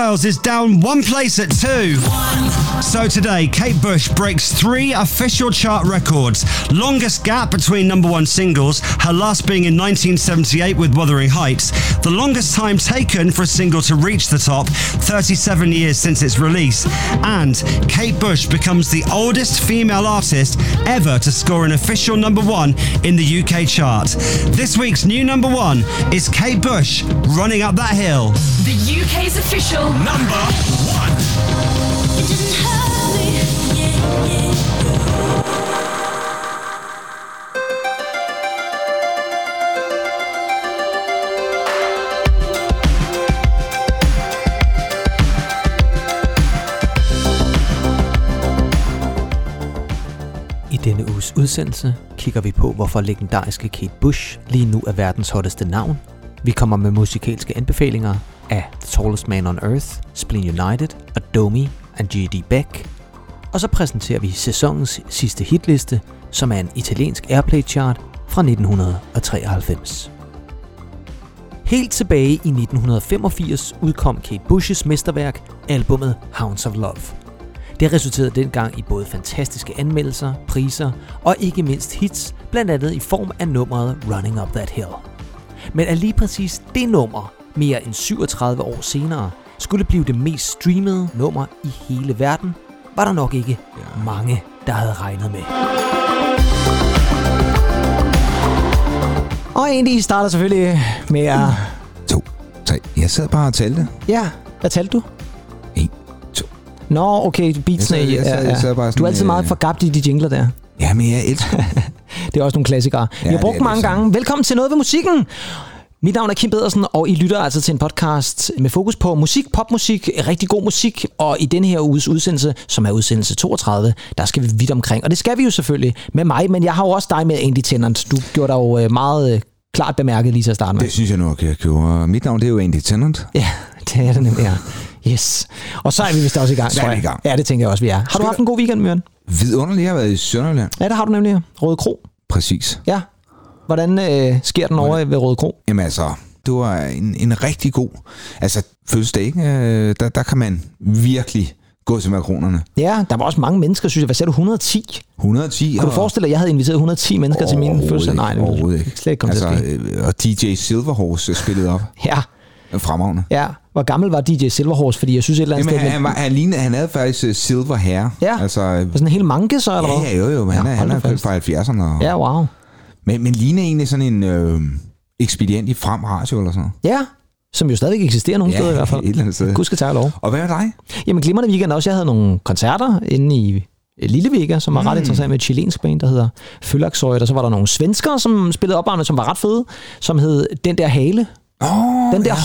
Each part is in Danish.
Girls is down one place at 2. So today, Kate Bush breaks 3 official chart records. Longest gap between number 1 singles, her last being in 1978 with Wuthering Heights. The longest time taken for a single to reach the top, 37 years since its release. And Kate Bush becomes the oldest female artist ever to score an official number 1 in the UK chart. This week's new number 1 is Kate Bush, Running Up That Hill. The UK's official number 1. It didn't hurt me, yeah, yeah. I denne uges udsendelse kigger vi på, hvorfor legendariske Kate Bush lige nu er verdens hotteste navn. Vi kommer med musikalske anbefalinger af The Tallest Man on Earth, Spleen United og Domi and G.D. Beck. Og så præsenterer vi sæsonens sidste hitliste, som er en italiensk airplay-chart fra 1993. Helt tilbage i 1985 udkom Kate Bush's mesterværk, albumet Hounds of Love. Det resulterede dengang i både fantastiske anmeldelser, priser og ikke mindst hits, blandt andet i form af nummeret Running Up That Hill. Men at lige præcis det nummer, mere end 37 år senere, skulle blive det mest streamede nummer i hele verden, var der nok ikke mange, der havde regnet med. Og egentlig starter selvfølgelig med at... 2, 3. Jeg sad bare og talte. Ja, hvad talte du? 1, 2. Nå, okay, beatsene. Jeg sad bare sådan, du er altid meget forgabt i de jingler der. Ja, men jeg elsker det er også nogle klassikere. Vi har brugt mange gange. Velkommen til Noget ved Musikken. Mit navn er Kim Pedersen, og I lytter altså til en podcast med fokus på musik, popmusik, rigtig god musik. Og i denne her uges udsendelse, som er udsendelse 32, der skal vi vidt omkring. Og det skal vi jo selvfølgelig med mig, men jeg har jo også dig med, Andy Tennant. Du gjorde dig jo meget klart bemærket lige til at starte med. Det synes jeg nok, jeg gjorde. Mit navn, det er jo Andy Tennant. Ja, det er det nemlig, ja. Yes. Og så er vi vist også i gang. Så er vi i gang. Ja, det tænker jeg også, vi er. Har du haft en god weekend, Mjørn? Vidunderligt, jeg har været i Sønderjylland. Ja, det har du nemlig. Røde Kro. Præcis. Ja. Hvordan sker den over ved Røde Kro? Jamen altså, det var en rigtig god fødselsdag, ikke? Der kan man virkelig gå til makronerne. Ja, der var også mange mennesker, synes jeg. Hvad sagde du? 110? 110. Kan du forestille dig, at jeg havde inviteret 110 mennesker til min fødselsdag? Nej, overhovedet ikke. Slet ikke kom til at ske. Og DJ Silverhorse spillede op. Ja. Fremragende. Ja. Hvor gammel var DJ Silverhorse? Fordi jeg synes et eller andet sted... Han havde faktisk silver hair. Ja, altså, sådan en hel manke så, eller hvad? Ja, jo. Han er købt fra 70'erne. Ja, wow. Men ligner egentlig sådan en ekspedient i Frem Radio eller sådan noget. Ja, som jo stadigvæk eksisterer nogle steder i hvert fald. Et eller andet sted. Gud skal tage lov. Og hvad er dig? Jamen glimrende weekend også. Jeg havde nogle koncerter inde i Lille Vega, som var ret interessant med et chilensk band, der hedder Fyllaxoid. Og så var der nogle svenskere, som spillede opvarmet, som var ret fede, som hed Den Der Hale. Den der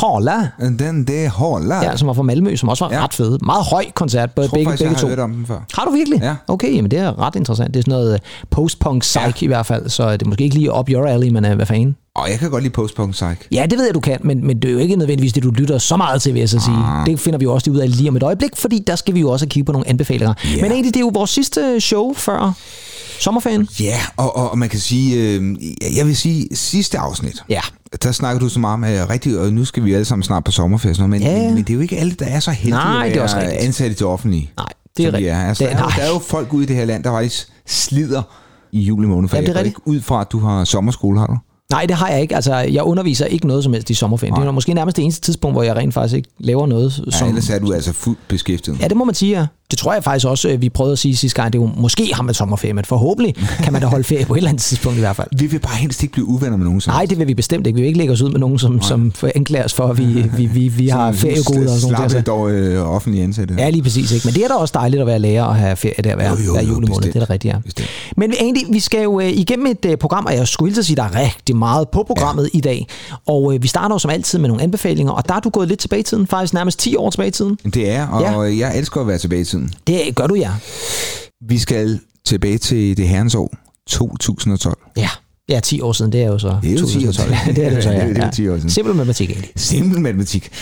Håla. Ja, som var fra Malmø, som også var ret fed. Meget høj koncert, begge to. Jeg har hørt om den før. Har du virkelig? Ja. Okay, men det er ret interessant. Det er sådan noget post-punk psych i hvert fald, så det er måske ikke lige up your alley, men hvad fanden? Jeg kan godt lide post-punk psych. Ja, det ved jeg, du kan, men det er jo ikke nødvendigvis det, du lytter så meget til, vil jeg så sige. Det finder vi jo også ud af lige om et øjeblik, fordi der skal vi jo også kigge på nogle anbefalinger. Yeah. Men egentlig, det er jo vores sidste show før sommerferien. Ja, og man kan sige, jeg vil sige, sidste afsnit, der snakker du så meget om, og nu skal vi alle sammen snart på sommerferie, men det er jo ikke alle, der er så heldige at være ansat i det offentlige. Nej, det er rigtigt. Der er jo folk ude i det her land, der faktisk slider i juli måned, for jeg går ikke ud fra, at du har sommerskole, har du? Nej, det har jeg ikke. Altså, jeg underviser ikke noget som helst i sommerferien. Det er måske nærmest det eneste tidspunkt, hvor jeg rent faktisk ikke laver noget. Som... Ja, ellers er du altså fuldt beskæftiget. Ja, det må man sige, ja. Det tror jeg faktisk også, vi prøvede at sige sidste gang. Det er jo, måske har man sommerferie, men forhåbentlig kan man da holde ferie på et eller andet tidspunkt i hvert fald. Vi vil bare helst ikke blive uvenner med nogen. Nej, det vil vi bestemt ikke. Vi vil ikke lægge os ud med nogen, som anklager os for, at vi har feriegoder og sådan noget. Slappe dog offentlige ansatte. Ja, lige præcis. Ikke? Men det er da også dejligt at være lærer og have ferie der hver julemåned. Det er da rigtigt, ja. Bestemt. Men egentlig, vi skal jo igennem et program, og jeg skulle hilse at sige, at der er rigtig meget på programmet i dag. Og vi starter jo som altid med nogle anbefalinger, og der er du gået lidt tilbage i tiden, faktisk nærmest 10 år tilbage i tiden. Det er, og jeg elsker at være tilbage i tiden. Det gør du, ja. Vi skal tilbage til det herrens år 2012. Ja, 10 år siden, det er jo så... Det er jo 10 år siden. Det er det så, ja. Det er 10 år siden. Simpel matematik, egentlig. Simpel matematik.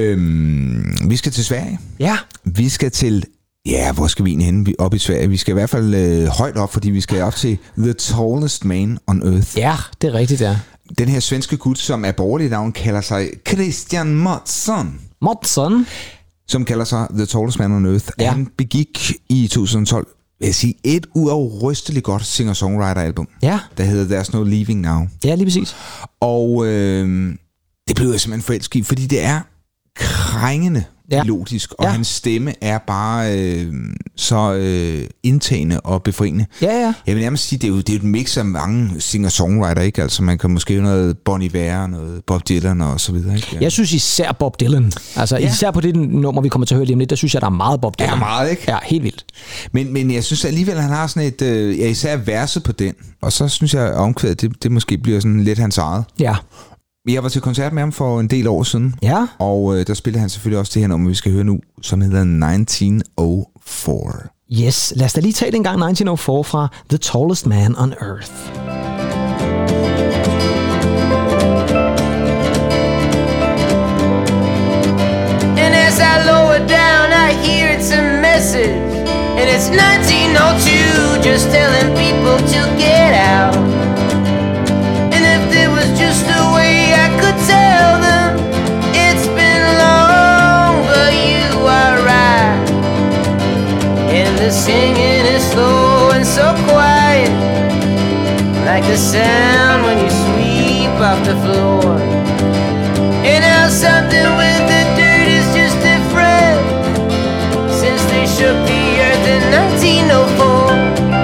Vi skal til Sverige. Ja. Vi skal til... Ja, hvor skal vi egentlig hen? Op i Sverige. Vi skal i hvert fald højt op, fordi vi skal op til The Tallest Man on Earth. Ja, det er rigtigt, ja. Den her svenske gut, som er borgerlig navn, kalder sig Christian Mattsson. Mattsson? som kalder sig The Tallest Man on Earth. Ja. Han begik i 2012, vil jeg sige, et uafrysteligt godt singer-songwriter-album, der hedder There's No Leaving Now. Ja, lige præcis. Og det blev jeg simpelthen forelsket i, fordi det er krængende melodisk, og hans stemme er bare så indtagende og befriende. Ja. Jeg vil nærmest sige, det er jo et mix af mange singer-songwriter, ikke? Altså man kan måske høre noget Bon Iver, noget Bob Dylan og så videre, ikke? Jeg synes især Bob Dylan. Altså især på det nummer, vi kommer til at høre lige om lidt, der synes jeg, der er meget Bob Dylan. Ja, meget, ikke? Ja, helt vildt. Men jeg synes alligevel, han har sådan et, især verset på den, og så synes jeg, at omkvædet, det måske bliver sådan lidt hans eget. Ja. Jeg var til koncert med ham for en del år siden, og der spillede han selvfølgelig også det her nummer, vi skal høre nu, som hedder 1904. Yes, lad os da lige tage den gang 1904 fra The Tallest Man on Earth. And as I lower down, I hear it's a message, and it's 1902, just telling people to get out. And if there was just a way I could tell them, it's been long, but you are right. And the singing is slow and so quiet, like the sound when you sweep off the floor. And how something with the dirt is just different since they shook the earth in 1904.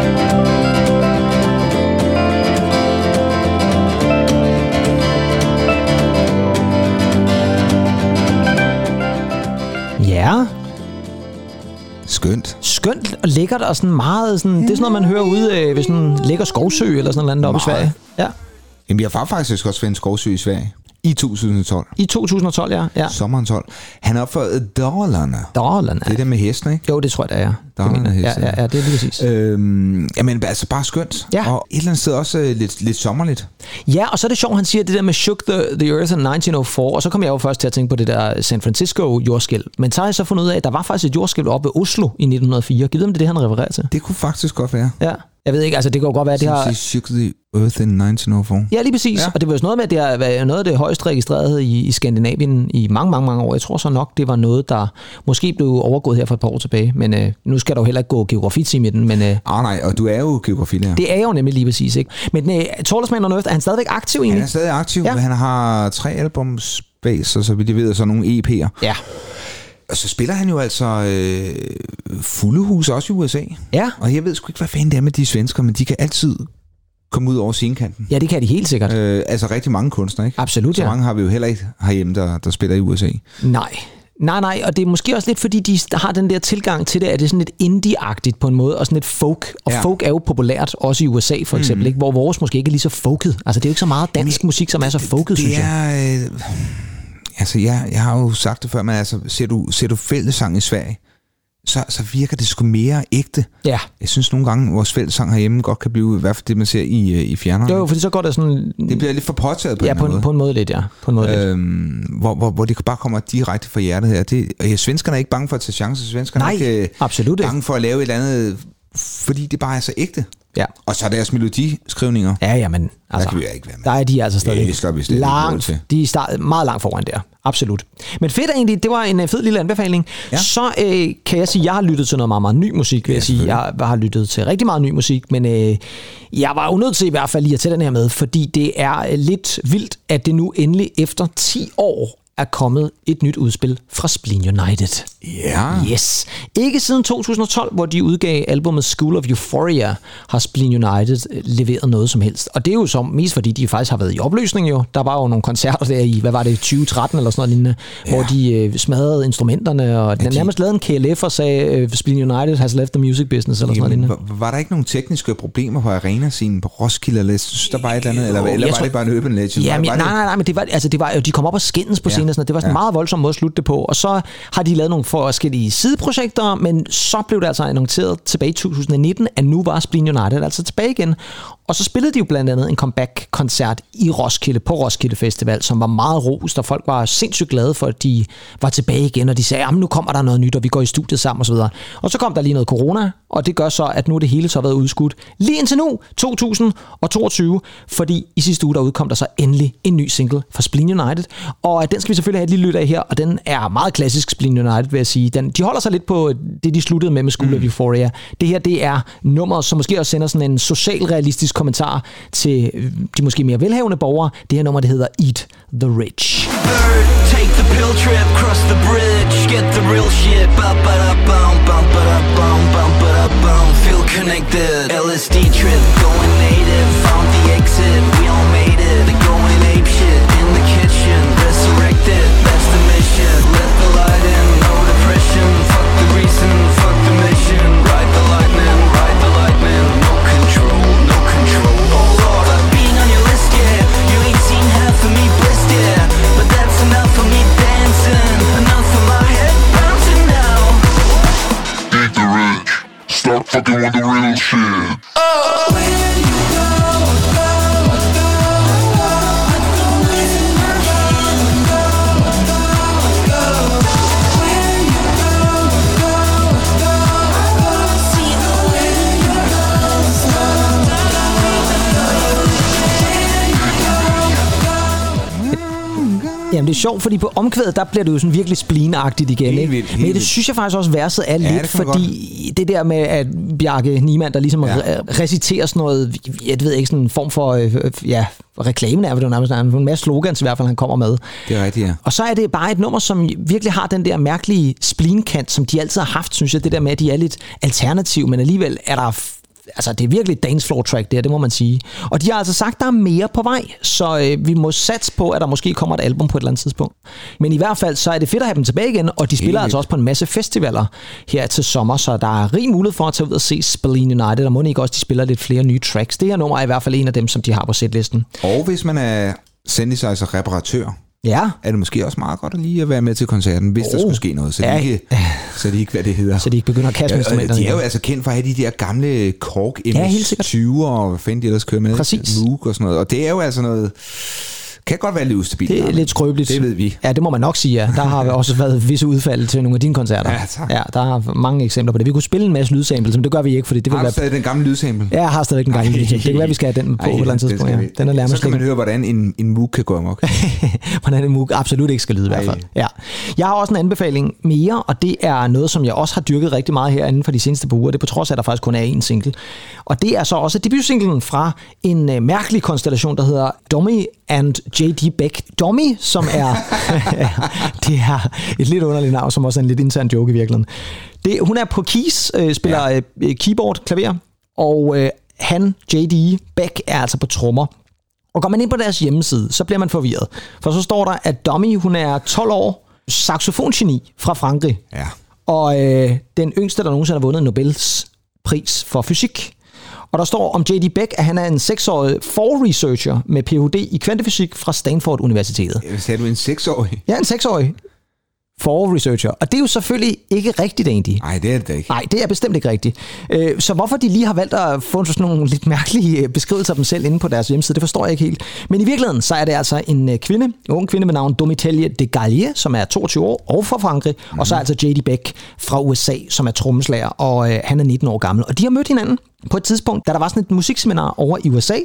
Ja. Skønt og lækkert og sådan meget sådan, det er sådan noget man hører ude ved sådan en lækker skovsø eller sådan noget deroppe i Sverige. Ja. Jamen jeg har faktisk også været en skovsø i Sverige i 2012. I 2012, ja. Sommeren 12. Han er opført Dalarna. Det er det med hesten, ikke? Jo, det tror jeg, det er. Dalarna hesten. Ja, det er lige præcis. Jamen altså bare skønt. Ja. Og et eller andet sted også lidt sommerligt. Ja, og så er det sjovt, han siger det der med shook the earth in 1904, og så kom jeg jo først til at tænke på det der San Francisco jordskælv. Men så har jeg så fundet ud af, at der var faktisk et jordskælv oppe ved Oslo i 1904. Giv dem det, han refererer til. Det kunne faktisk godt være. Ja. Jeg ved ikke, altså det kan jo godt være, at det har... Shook the earth in 1904. Ja, lige præcis. Ja. Og det var jo noget med, at det har været noget af det højst registrerede i Skandinavien i mange år. Jeg tror så nok, det var noget, der måske blev overgået her for et par år tilbage. Men nu skal der jo heller ikke gå geografi med den. Men, nej, og du er jo geografilærer. Det er jo nemlig lige præcis, ikke? Men Tallest Man on Earth, er han stadigvæk aktiv egentlig? Han er stadig aktiv. Ja. Han har 3 albums bag sig, så vidt jeg ved, og så nogle EP'er. Ja. Og så spiller han jo altså fulde hus også i USA. Ja. Og jeg ved sgu ikke, hvad fanden det er med de svensker, men de kan altid komme ud over scenekanten. Ja, det kan de helt sikkert. Altså rigtig mange kunstnere, ikke? Absolut, så mange har vi jo heller ikke herhjemme, der spiller i USA. Nej, og det er måske også lidt, fordi de har den der tilgang til det, at det er sådan lidt indie-agtigt på en måde, og sådan lidt folk. Og folk er jo populært, også i USA for eksempel, ikke? Hvor vores måske ikke er lige så folket. Altså det er jo ikke så meget dansk musik, som er så folket, synes jeg. Altså, jeg har jo sagt det før, men altså, ser du fællessang i Sverige, så virker det sgu mere ægte. Ja. Jeg synes nogle gange, vores fællessang herhjemme godt kan blive, i hvert fald det, man ser i fjerneren. Jo, fordi så går det sådan... Det bliver lidt for påtaget på en måde. På en måde lidt, ja. På en måde hvor det bare kommer direkte fra hjertet her. Svenskerne er ikke bange for at tage chancer. Svenskerne er ikke absolut bange for at lave et eller andet, fordi det bare er så ægte. Ja. Og så er deres melodiskrivninger. Ja, men altså, der kan vi ikke være med. Der er de altså stadig langt. De er meget langt foran der. Absolut. Men fedt egentlig, det var en fed lille anbefaling. Ja. Så kan jeg sige, at jeg har lyttet til noget meget, meget ny musik, vil jeg sige. Jeg har lyttet til rigtig meget ny musik, men jeg var jo nødt til i hvert fald lige at tage den her med, fordi det er lidt vildt, at det nu endelig efter 10 år er kommet et nyt udspil fra Spleen United. Ja. Yes. Ikke siden 2012, hvor de udgav albumet School of Euphoria, har Spleen United leveret noget som helst. Og det er jo så mest fordi, de faktisk har været i opløsning jo. Der var jo nogle koncerter der i, hvad var det, 2013 eller sådan noget lignende, hvor de smadrede instrumenterne, og den nærmest lavede en KLF og sagde, Spleen United has left the music business, eller sådan noget lignende. Var der ikke nogle tekniske problemer på arena-scenen på Roskilde, eller synes der var et eller andet, eller var det bare en urban legend? Ja, nej, men det var jo, de kom op og skændes på scenen, det var sådan en meget voldsom måde at slutte det på, og så har de lavet nogle forskellige sideprojekter, men så blev det altså annonceret tilbage i 2019, at nu var Spleen United altså tilbage igen, og så spillede de jo blandt andet en comeback-koncert i Roskilde, på Roskilde Festival, som var meget rost, og folk var sindssygt glade for, at de var tilbage igen, og de sagde, jamen nu kommer der noget nyt, og vi går i studiet sammen, og så videre. Og så kom der lige noget corona, og det gør så, at nu det hele så har været udskudt lige indtil nu, 2022, fordi i sidste uge der udkom der så endelig en ny single fra Spleen United, og den skal vi selvfølgelig have et lille lyt af her, og den er meget klassisk Spleen United, vil jeg sige. De holder sig lidt på det, de sluttede med School of Euphoria. Det her, det er nummeret, som måske også sender sådan en socialrealistisk kommentar til de måske mere velhavende borgere. Det her nummer, det hedder Eat the Rich. Bird, take the pill trip, cross the bridge, get the real shit. Feel connected. LSD trip, going native, found the exit. We all made it. The going ape shit in the kitchen, resurrected. That's the mission. Let the light in, no depression. Fuck the reason, fuck the mission. Ride the lightning, no control, no control. Oh Lord, I'm being on your list, yeah. You ain't seen half of me blissed, yeah. But that's enough for me dancing, enough for my head bouncing now. Eat the rich, start fucking with the real shit. Oh, where you go, go, go, go. With the waves in my hand, go, go, go. Where you go, go, go, go. See the way your love flows. Jamen det er sjovt, fordi på omkvædet, der bliver det jo sådan virkelig spleen-agtigt igen. Ikke? Helt Men det synes jeg faktisk også verset er lidt, fordi det der med, at Bjarke Niemann, der ligesom reciterer sådan noget, jeg ved ikke, sådan en form for reklamen er det jo nærmest, en masse slogans i hvert fald, han kommer med. Det er rigtigt, ja. Og så er det bare et nummer, som virkelig har den der mærkelige spleen-kant, som de altid har haft, synes jeg. Det der med, at de er lidt alternativ, men alligevel er der... Altså, det er virkelig et dance floor track, det må man sige. Og de har altså sagt, der er mere på vej, så vi må satse på, at der måske kommer et album på et eller andet tidspunkt. Men i hvert fald, så er det fedt at have dem tilbage igen, og de spiller altså også på en masse festivaler her til sommer, så der er rig mulighed for at tage ud og se Spleen United, og må ikke også, de spiller lidt flere nye tracks. Det her nummer er i hvert fald en af dem, som de har på setlisten. Og hvis man er synthesizer reparatør, ja, er det måske også meget godt at lige at være med til koncerten, hvis der skulle ske noget, så de ikke, hvad det hedder. Så de ikke begynder at kaste instrumenterne. De er jo altså kendt for at have de der gamle Korg MS-20 og hvad fanden de ellers kører med. Præcis. Moog og sådan noget. Og det er jo altså noget... Kan godt være lidt ustabilt. Det er lidt skrøbeligt. Det ved vi. Ja, det må man nok sige, ja. Der har også været visse udfald til nogle af dine koncerter. Ja, tak. Ja, der er mange eksempler på det. Vi kunne spille en masse lydsamples, men det gør vi ikke, fordi det vil være... Har du stadig den gamle lydsample? Ja, jeg har stadig den gamle lydsample. Det kan være, vi skal have den på et eller andet tidspunkt. Ja. Den er så kan man høre, hvordan en Moog kan gå amok. Hvordan en Moog absolut ikke skal lyde i hvert fald. Ja. Jeg har også en anbefaling mere, og det er noget, som jeg også har dyrket rigtig meget her inden for de seneste par uger. Det er på trods af, at der faktisk kun er én single. Og det er så også debutsinglen fra en mærkelig konstellation, der hedder Dummy and J.D. Beck. Dummy, som er det er et lidt underligt navn, som også er en lidt intern joke i virkeligheden. Hun er på keys, spiller keyboard, klaver, og han, J.D. Beck, er altså på trommer. Og går man ind på deres hjemmeside, så bliver man forvirret. For så står der, at Dummy, hun er 12 år, saxofongeni fra Frankrig. Ja. Og den yngste, der nogensinde har vundet Nobels pris for fysik. Og der står om J.D. Beck, at han er en 6-årig for-researcher med Ph.D. i kvantefysik fra Stanford Universitetet. Sagde du en 6-årig? Ja, en 6-årig for-researcher. Og det er jo selvfølgelig ikke rigtigt egentlig. Nej, det er det ikke. Nej, det er bestemt ikke rigtigt. Så hvorfor de lige har valgt at få sådan nogle lidt mærkelige beskrivelser af dem selv inde på deres hjemmeside, det forstår jeg ikke helt. Men i virkeligheden, så er det altså en ung kvinde med navn Domitille de Gallier, som er 22 år og fra Frankrig. Mm-hmm. Og så er altså J.D. Beck fra USA, som er trommeslager, og han er 19 år gammel. Og de har mødt hinanden på et tidspunkt, da der var sådan et musikseminar over i USA.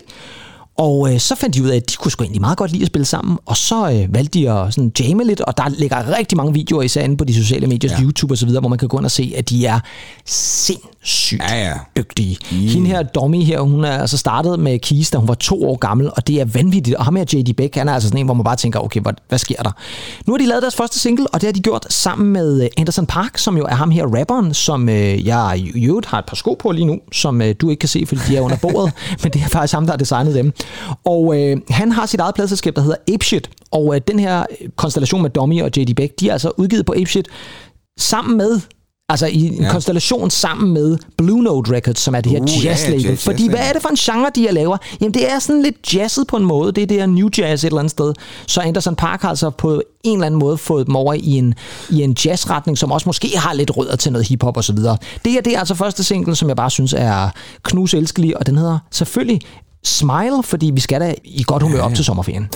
Og så fandt de ud af, at de kunne sgu egentlig meget godt lide at spille sammen, og så valgte de at sådan jamme lidt, og der ligger rigtig mange videoer, især inde på de sociale medier, YouTube og så videre, hvor man kan gå ind og se, at de er sindssygt dygtige. Hende her, Dummy her, hun er altså startet med keys, da hun var 2 år gammel, og det er vanvittigt. Og ham her, J.D. Beck, han er altså sådan en, hvor man bare tænker, okay, hvad sker der? Nu har de lavet deres første single, og det har de gjort sammen med Anderson .Paak, som jo er ham her rapperen, som jeg i øvrigt har et par sko på lige nu, som du ikke kan se, fordi de er under bordet, men det er faktisk ham, der har designet dem. Og han har sit eget pladeselskab, der hedder Apeshit, og den her konstellation med Dummy og J.D. Beck, de er altså udgivet på Apeshit sammen med, altså i en konstellation sammen med Blue Note Records, som er det her jazz-label. Fordi hvad er det for en genre, de her laver? Jamen det er sådan lidt jazzet på en måde, det er det her new jazz et eller andet sted. Så Anderson .Paak har altså på en eller anden måde fået dem over i en jazzretning, som også måske har lidt rødder til noget hiphop og så videre. Det her, det er altså første single, som jeg bare synes er knuselskelig, og den hedder selvfølgelig Smile, fordi vi skal da i godt humør op til sommerferien.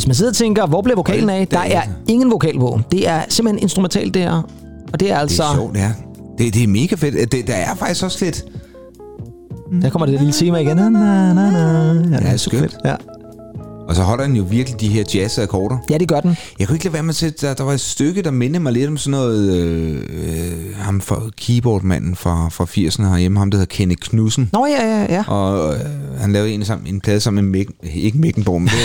hvis man sidder og tænker, hvor blev vokalen af? Der er ingen vokal på. Det er simpelthen instrumentalt, det her. Og det er altså... Det er sjovt, ja. Det er mega fedt. Der er faktisk også lidt... Der kommer det lille tema igen. Ja, det er skønt. Ja. Og så holder den jo virkelig de her jazz-akkorder. Ja, det gør den. Jeg kunne ikke lade være med at der var et stykke, der mindede mig lidt om sådan noget... ham for keyboardmanden fra 80'erne herhjemme, ham der hedder Kenneth Knudsen. Nå, ja. Og han lavede en plade sammen med ikke Mikkelborg, men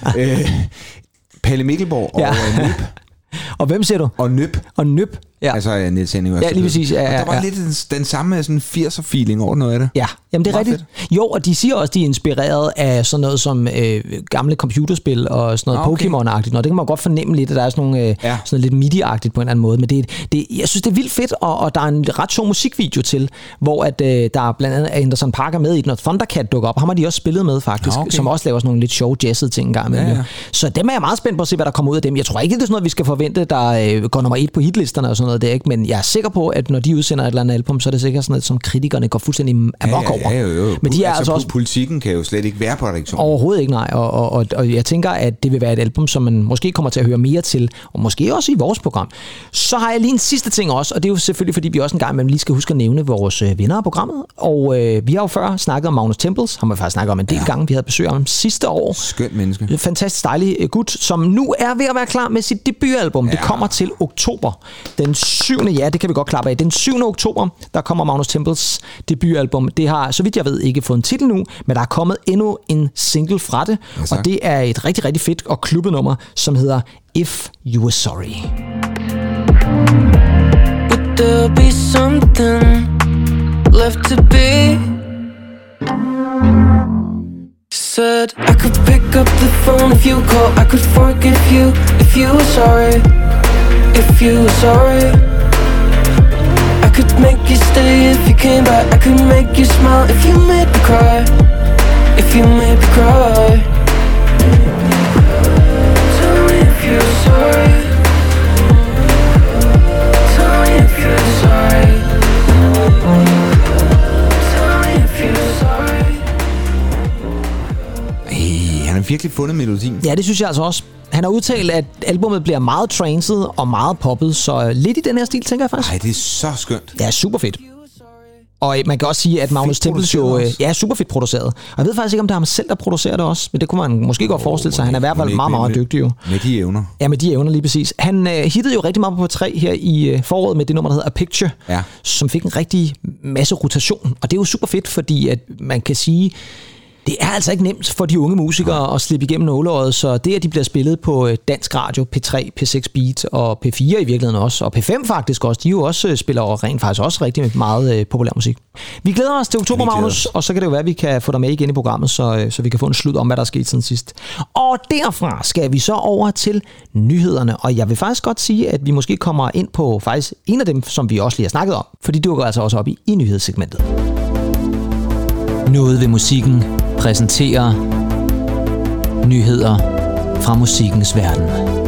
Palle Mikkelborg og Nøb. Og hvem siger du? Og Nøb. Ja. Altså Niels Henning også. Ja, lige præcis. Ja, og der var lidt den samme sådan 80'er-feeling over noget af det. Ja, jamen det er rigtigt. Jo, og de siger også, de er inspireret af sådan noget som gamle computerspil og sådan noget Pokémon-agtigt. Og det kan man godt fornemme lidt, at der er sådan nogle sådan lidt MIDI-agtigt på en eller anden måde. Men jeg synes, det er vildt fedt, og der er en ret sjov musikvideo til, hvor at, der blandt andet er Anderson .Paak med i den, og Thundercat dukker op. Ham har de også spillet med, faktisk, som også laver sådan nogle lidt sjove jazzede ting engang med. Ja. Så dem er jeg meget spændt på at se, hvad der kommer ud af dem. Jeg tror ikke, det er sådan noget, vi skal forvente, der går nummer 1 på hitlisterne og sådan noget der, ikke? Men jeg er sikker på, at når de udsender et eller andet album, så er det sikkert sådan noget, som kritikerne går fuldstændig amok over. Jo. Men de er altså også... Politikken kan jo slet ikke være på redaktionen. Overhovedet ikke, nej. Og jeg tænker, at det vil være et album, som man måske kommer til at høre mere til, og måske også i vores program. Så har jeg lige en sidste ting også, og det er jo selvfølgelig, fordi vi også en gang imellem lige skal huske at nævne vores vinder af programmet. Og vi har jo før snakket om Magnus Tempels, har man faktisk snakket om en del gange. Vi havde besøg af ham sidste år. Skønt menneske. Fantastisk dejlig gut, som nu er ved at være klar med sit debutalbum. Ja. Det kommer til oktober. Den 7. Ja, det kan vi godt klappe af. Den 7. oktober, der kommer Magnus Tempels debutalbum. Det har, så vidt jeg ved, ikke fået en titel nu, men der er kommet endnu en single fra det. Og det er et rigtig, rigtig fedt og klubbet nummer, som hedder If You Were Sorry. Would there be something left to be said? I could pick up the phone if you call. I could forgive you if you were sorry. If you were sorry, I could make you stay if you came back. I could make you smile if you made me cry. If you made me cry. Tell me if you're sorry. Tell me if you're sorry. Tell me if you're sorry. Han har virkelig fundet melodien. Ja, det synes jeg altså også. Han har udtalt, at albumet bliver meget trancet og meget poppet, så lidt i den her stil, tænker jeg faktisk. Nej, det er så skønt. Ja, super fedt. Og man kan også sige, at Magnus Tempels jo er super fedt produceret. Og jeg ved faktisk ikke, om det er ham selv, der producerer det også, men det kunne man måske godt forestille sig. Han er i hvert fald meget, meget dygtig jo. Med de evner. Ja, med de evner lige præcis. Han hittede jo rigtig meget på 3 her i foråret med det nummer, der hedder A Picture, som fik en rigtig masse rotation. Og det er jo super fedt, fordi at man kan sige... Det er altså ikke nemt for de unge musikere at slippe igennem nåleøjet, så det, at de bliver spillet på dansk radio, P3, P6 Beat og P4 i virkeligheden også, og P5 faktisk også, de jo også spiller og rent faktisk også rigtig meget populær musik. Vi glæder os til oktober, Magnus, og så kan det jo være, at vi kan få dig med igen i programmet, så vi kan få en slut om, hvad der er sket siden sidst. Og derfra skal vi så over til nyhederne, og jeg vil faktisk godt sige, at vi måske kommer ind på faktisk en af dem, som vi også lige har snakket om, fordi du går altså også op i nyhedssegmentet. Noget ved musikken præsenterer nyheder fra musikkens verden.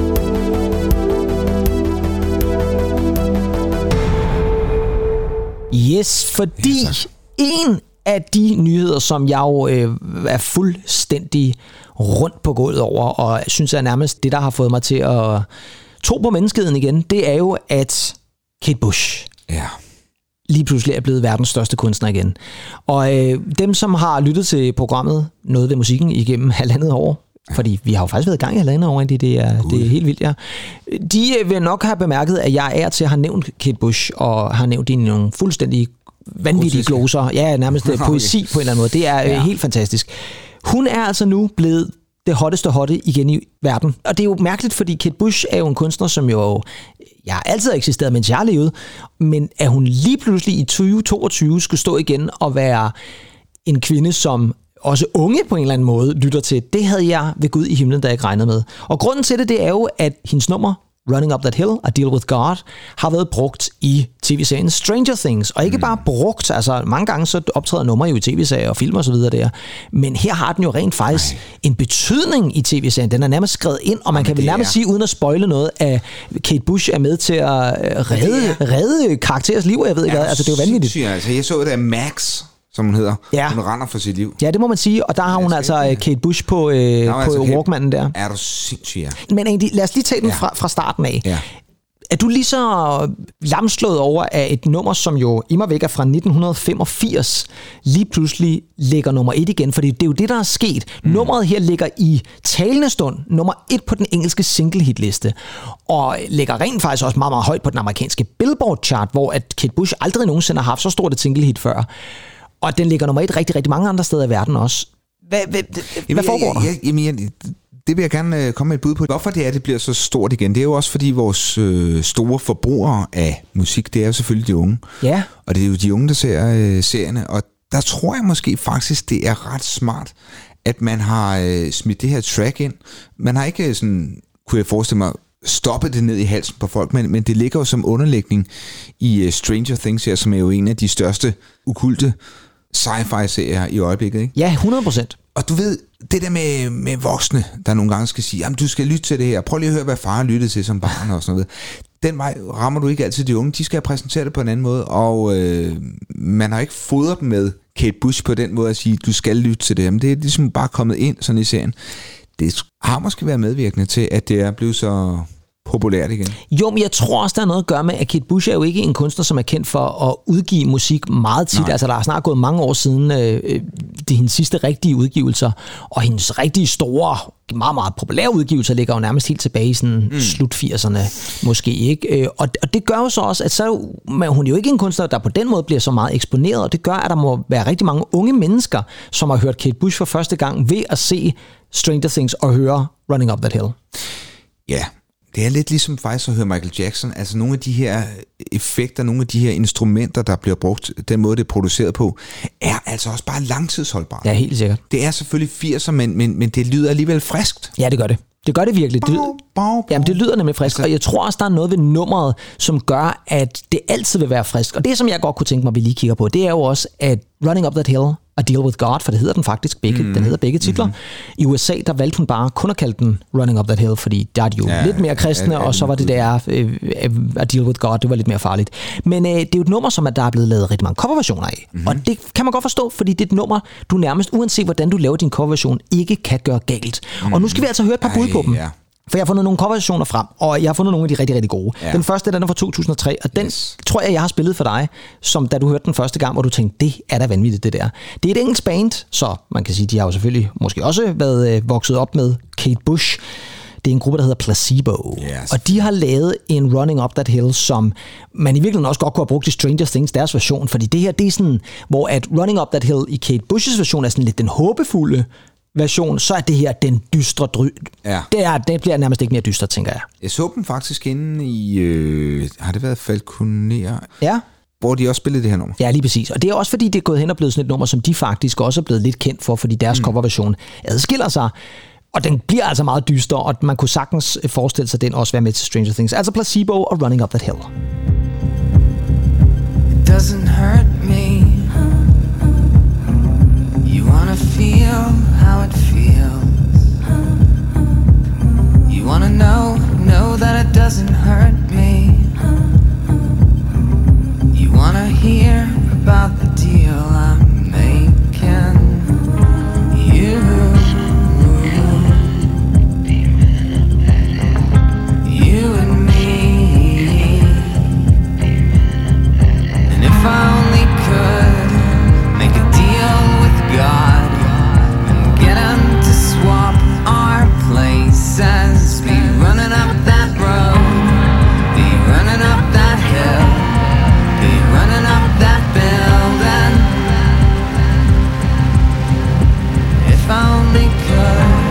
Yes, fordi en af de nyheder, som jeg jo er fuldstændig rundt på gulvet over, og synes er nærmest det, der har fået mig til at tro på menneskeheden igen, det er jo, at Kate Bush lige pludselig er blevet verdens største kunstner igen. Og dem, som har lyttet til programmet Noget ved musikken igennem 1,5 år, fordi vi har jo faktisk været i gang i 1,5 år, det er helt vildt, ja. De vil nok have bemærket, at jeg er til at have nævnt Kate Bush, og har nævnt i nogle fuldstændig vanvittige gloser. Ja, nærmest poesi på en eller anden måde. Det er helt fantastisk. Hun er altså nu blevet det hotteste hotte igen i verden. Og det er jo mærkeligt, fordi Kate Bush er jo en kunstner, som jo altid har eksisteret, mens jeg levede, men at hun lige pludselig i 2022 skulle stå igen og være en kvinde, som også unge på en eller anden måde lytter til, det havde jeg ved Gud i himlen, der ikke regnede med. Og grunden til det er jo, at hendes nummer, Running Up That Hill, A Deal With God, har været brugt i tv-serien Stranger Things. Og ikke bare brugt, altså mange gange så optræder numre jo i tv-serier og film og så videre der. Men her har den jo rent faktisk en betydning i tv-serien. Den er nærmest skrevet ind, og man kan vel nærmest sige, uden at spoile noget, at Kate Bush er med til at redde karakterers liv, jeg ved ikke hvad. Altså det er jo vanvittigt. Altså, jeg så det af Max, som hun hedder. Ja. Hun render for sit liv. Ja, det må man sige, og der har hun altså Kate Bush på Walkmanen der. Er du sindssyg, ja. Men egentlig, lad os lige tage den fra starten af. Ja. Er du lige så lamslået over, at et nummer, som jo immervæk er fra 1985, lige pludselig ligger nummer 1 igen? Fordi det er jo det, der er sket. Nummeret her ligger i talende stund nummer 1 på den engelske single-hit-liste, og ligger rent faktisk også meget, meget højt på den amerikanske Billboard-chart, hvor at Kate Bush aldrig nogensinde har haft så stort et single-hit før. Og den ligger nummer 1 rigtig, rigtig mange andre steder i verden også. Hvad foregår der? Det vil jeg gerne komme med et bud på. Hvorfor det bliver så stort igen? Det er jo også fordi vores store forbrugere af musik, det er jo selvfølgelig de unge. Ja. Og det er jo de unge, der ser serierne. Og der tror jeg måske faktisk, det er ret smart, at man har smidt det her track ind. Man har ikke sådan, kunne jeg forestille mig, stoppet det ned i halsen på folk, men det ligger jo som underlægning i Stranger Things her, som er jo en af de største okulte sci-fi-serier i øjeblikket, ikke? Ja, 100%. Og du ved, det der med voksne, der nogle gange skal sige, jamen du skal lytte til det her, prøv lige at høre, hvad far lyttede til som barn og sådan noget. Den vej rammer du ikke altid de unge, de skal præsentere det på en anden måde, og man har ikke fodret dem med Kate Bush på den måde at sige, du skal lytte til det, men det er ligesom bare kommet ind sådan i serien. Det har måske været medvirkende til, at det er blevet så populært igen. Jo, men jeg tror også, der er noget at gøre med, at Kate Bush er jo ikke en kunstner, som er kendt for at udgive musik meget tit. Nej. Altså, der er snart gået mange år siden det hendes sidste rigtige udgivelser, og hendes rigtig store, meget, meget populære udgivelser ligger jo nærmest helt tilbage i sådan slut 80'erne, måske ikke. Og det gør jo så også, at men hun er jo ikke en kunstner, der på den måde bliver så meget eksponeret, og det gør, at der må være rigtig mange unge mennesker, som har hørt Kate Bush for første gang ved at se Stranger Things og høre Running Up That Hill. Ja, det er lidt ligesom faktisk at høre Michael Jackson. Altså nogle af de her effekter, nogle af de her instrumenter, der bliver brugt, den måde det er produceret på, er altså også bare langtidsholdbart. Ja, helt sikkert. Det er selvfølgelig 80'er, men det lyder alligevel friskt. Ja, det gør det. Det gør det virkelig. Jamen, det lyder nemlig frisk, og jeg tror også, der er noget ved nummeret, som gør, at det altid vil være frisk. Og det, som jeg godt kunne tænke mig, vi lige kigger på, det er jo også, at Running Up That Hill, A Deal With God, for det hedder den faktisk begge, den hedder begge titler. I USA, der valgte hun bare kun at kalde den Running Up That Hill, fordi der er de jo lidt mere kristne, og så var det der A Deal With God, det var lidt mere farligt. Men det er jo et nummer, som der er blevet lavet rigtig mange coverversioner af. Og det kan man godt forstå, fordi det er et nummer, du nærmest, uanset hvordan du laver din coverversion, ikke kan gøre galt. Og nu skal vi altså høre et par bud på dem. For jeg har fundet nogle coverversioner frem, og jeg har fundet nogle af de rigtig, rigtig gode. Ja. Den første, den er fra 2003, og den tror jeg har spillet for dig, som da du hørte den første gang, hvor du tænkte, det er da vanvittigt, det der. Det er et engelsk band, så man kan sige, de har jo selvfølgelig måske også været vokset op med Kate Bush. Det er en gruppe, der hedder Placebo. Yes. Og de har lavet en Running Up That Hill, som man i virkeligheden også godt kunne have brugt i Stranger Things, deres version. Fordi det her, det er sådan, hvor at Running Up That Hill i Kate Bush's version er sådan lidt den håbefulde version, så er det her den dystre det bliver nærmest ikke mere dystre, tænker jeg. Jeg så dem faktisk inde i har det været Falconer? Ja. Hvor de også spillede det her nummer. Ja, lige præcis. Og det er også fordi, det er gået hen og blevet sådan et nummer, som de faktisk også er blevet lidt kendt for, fordi deres coverversion adskiller sig. Og den bliver altså meget dyster, og man kunne sagtens forestille sig, den også være med til Stranger Things. Altså Placebo og Running Up That Hill. It doesn't hurt me. You wanna feel how it feels. You wanna know that it doesn't hurt me. You wanna hear about the deal I'm making. You and me. And if I only could make a deal with God and get him to swap our places, be running up that road, be running up that hill, be running up that building. If I only could.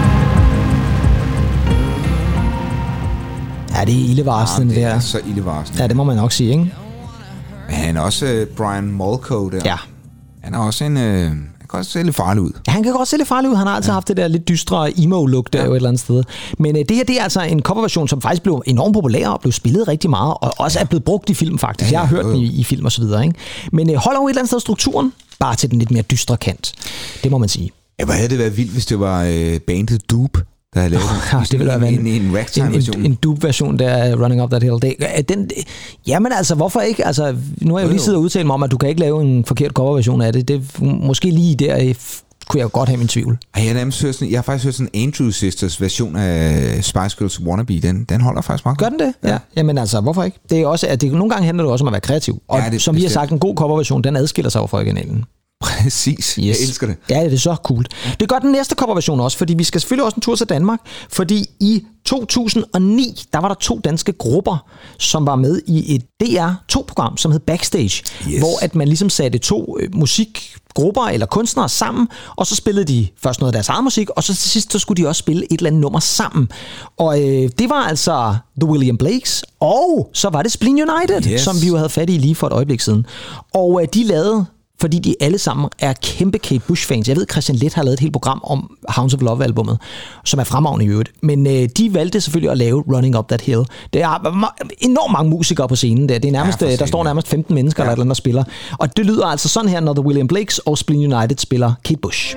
Ja, det er ildevarslende der. Det er så ildevarslende. Ja, det må man nok sige, ikke? Men han er også Brian Molko der. Ja. Han er også han kan også se lidt farlig ud. Ja, han kan godt se lidt farlig ud. Han har altid haft det der lidt dystre emo-look der jo et eller andet sted. Men det her, det er altså en coverversion, som faktisk blev enormt populær og blev spillet rigtig meget, og også er blevet brugt i film faktisk. Jeg har hørt den i film og så videre, ikke? Men holder jo et eller andet sted strukturen, bare til den lidt mere dystre kant. Det må man sige. Ja, hvor havde det været vildt, hvis det var bandet Dupe, der havde lavet det ville være en ragtime-version. En dub-version der af Running Up That Hill. Jamen altså, hvorfor ikke? Altså, nu har jeg jo lige siddet og udtalt mig om, at du kan ikke lave en forkert coverversion af det. Det måske lige der kunne jeg jo godt have min tvivl. Jeg har faktisk hørt sådan Andrew Sisters version af Spice Girls Wannabe. Den holder faktisk meget. Gør den det? Ja. Jamen altså, hvorfor ikke? Det er også, at nogle gange handler det også om at være kreativ. Og som vi har sagt, en god coverversion, den adskiller sig over fra originalen. Præcis. Yes. Jeg elsker det. Ja, det er så cool. Det gør den næste coverversion også, fordi vi skal selvfølgelig også en tur til Danmark, fordi i 2009, der var der 2 danske grupper, som var med i et DR2-program, som hed Backstage, hvor at man ligesom satte 2 musikgrupper eller kunstnere sammen, og så spillede de først noget af deres egen musik, og så til sidst så skulle de også spille et eller andet nummer sammen. Og det var altså The William Blakes, og så var det Spleen United, som vi jo havde fat i lige for et øjeblik siden. Og de lavede, fordi de alle sammen er kæmpe Kate Bush-fans. Jeg ved, Christian Leth har lavet et helt program om Hounds of Love-albummet, som er fremragende i øvrigt. Men de valgte selvfølgelig at lave Running Up That Hill. Det er enormt mange musikere på scenen der. Det er nærmest, der står nærmest 15 mennesker, eller der spiller. Og det lyder altså sådan her, når The William Blakes og Spleen United spiller Kate Bush.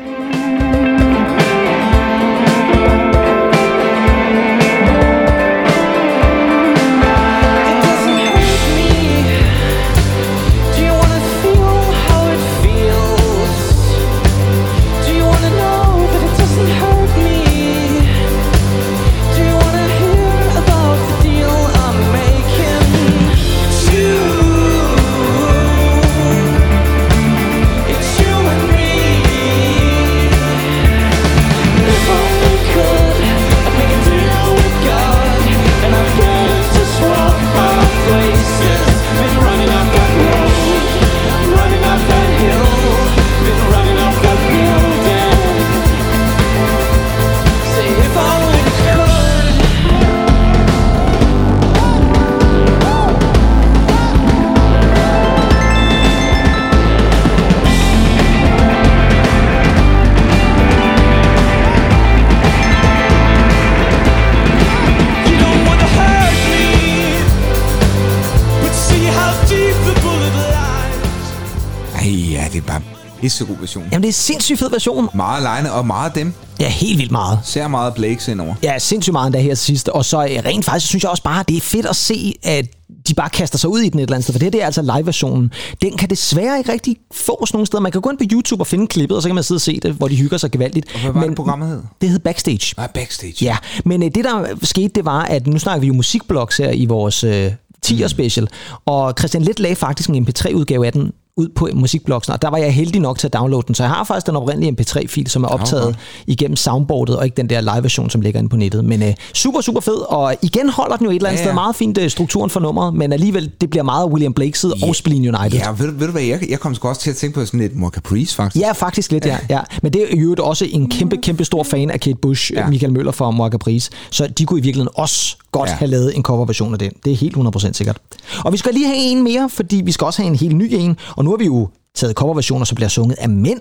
Så god version. Jamen, det er en sindssygt fed version. Meget lejende og meget dem. Ja, helt vildt meget. Ser meget Blakes indover. Ja, sindssygt meget endda her til sidst. Og så rent faktisk synes jeg også bare, det er fedt at se, at de bare kaster sig ud i den et eller andet sted. For det er altså live-versionen. Den kan desværre ikke rigtig fås nogen steder. Man kan gå ind på YouTube og finde klippet, og så kan man sidde og se det, hvor de hygger sig gevaldigt. Og hvad var det programmet hed? Det hed Backstage. Backstage. Ja, men det der skete, det var, at nu snakker vi jo musikblogs her i vores 10'er special. Og Christian Leth lagde faktisk en MP3-udgave af den ud på musikbloggen, og der var jeg heldig nok til at downloade den, så jeg har faktisk den oprindelige MP3-fil, som er optaget igennem soundboardet, og ikke den der live-version, som ligger inde på nettet. Men super, super fed, og igen holder den jo et eller andet sted meget fint strukturen for nummeret, men alligevel, det bliver meget William Blake's og Spleen United. Ja, ved du hvad, jeg kom sgu også til at tænke på sådan lidt More Caprice, faktisk. Ja, faktisk lidt, ja. Men det er jo også en kæmpe stor fan af Kate Bush, Michael Møller fra More Caprice, så de kunne i virkeligheden også godt have lavet en coverversion af den. Det er helt 100% sikkert. Og vi skal lige have en mere, fordi vi skal også have en helt ny en, og nu har vi jo taget coverversioner, som bliver sunget af mænd.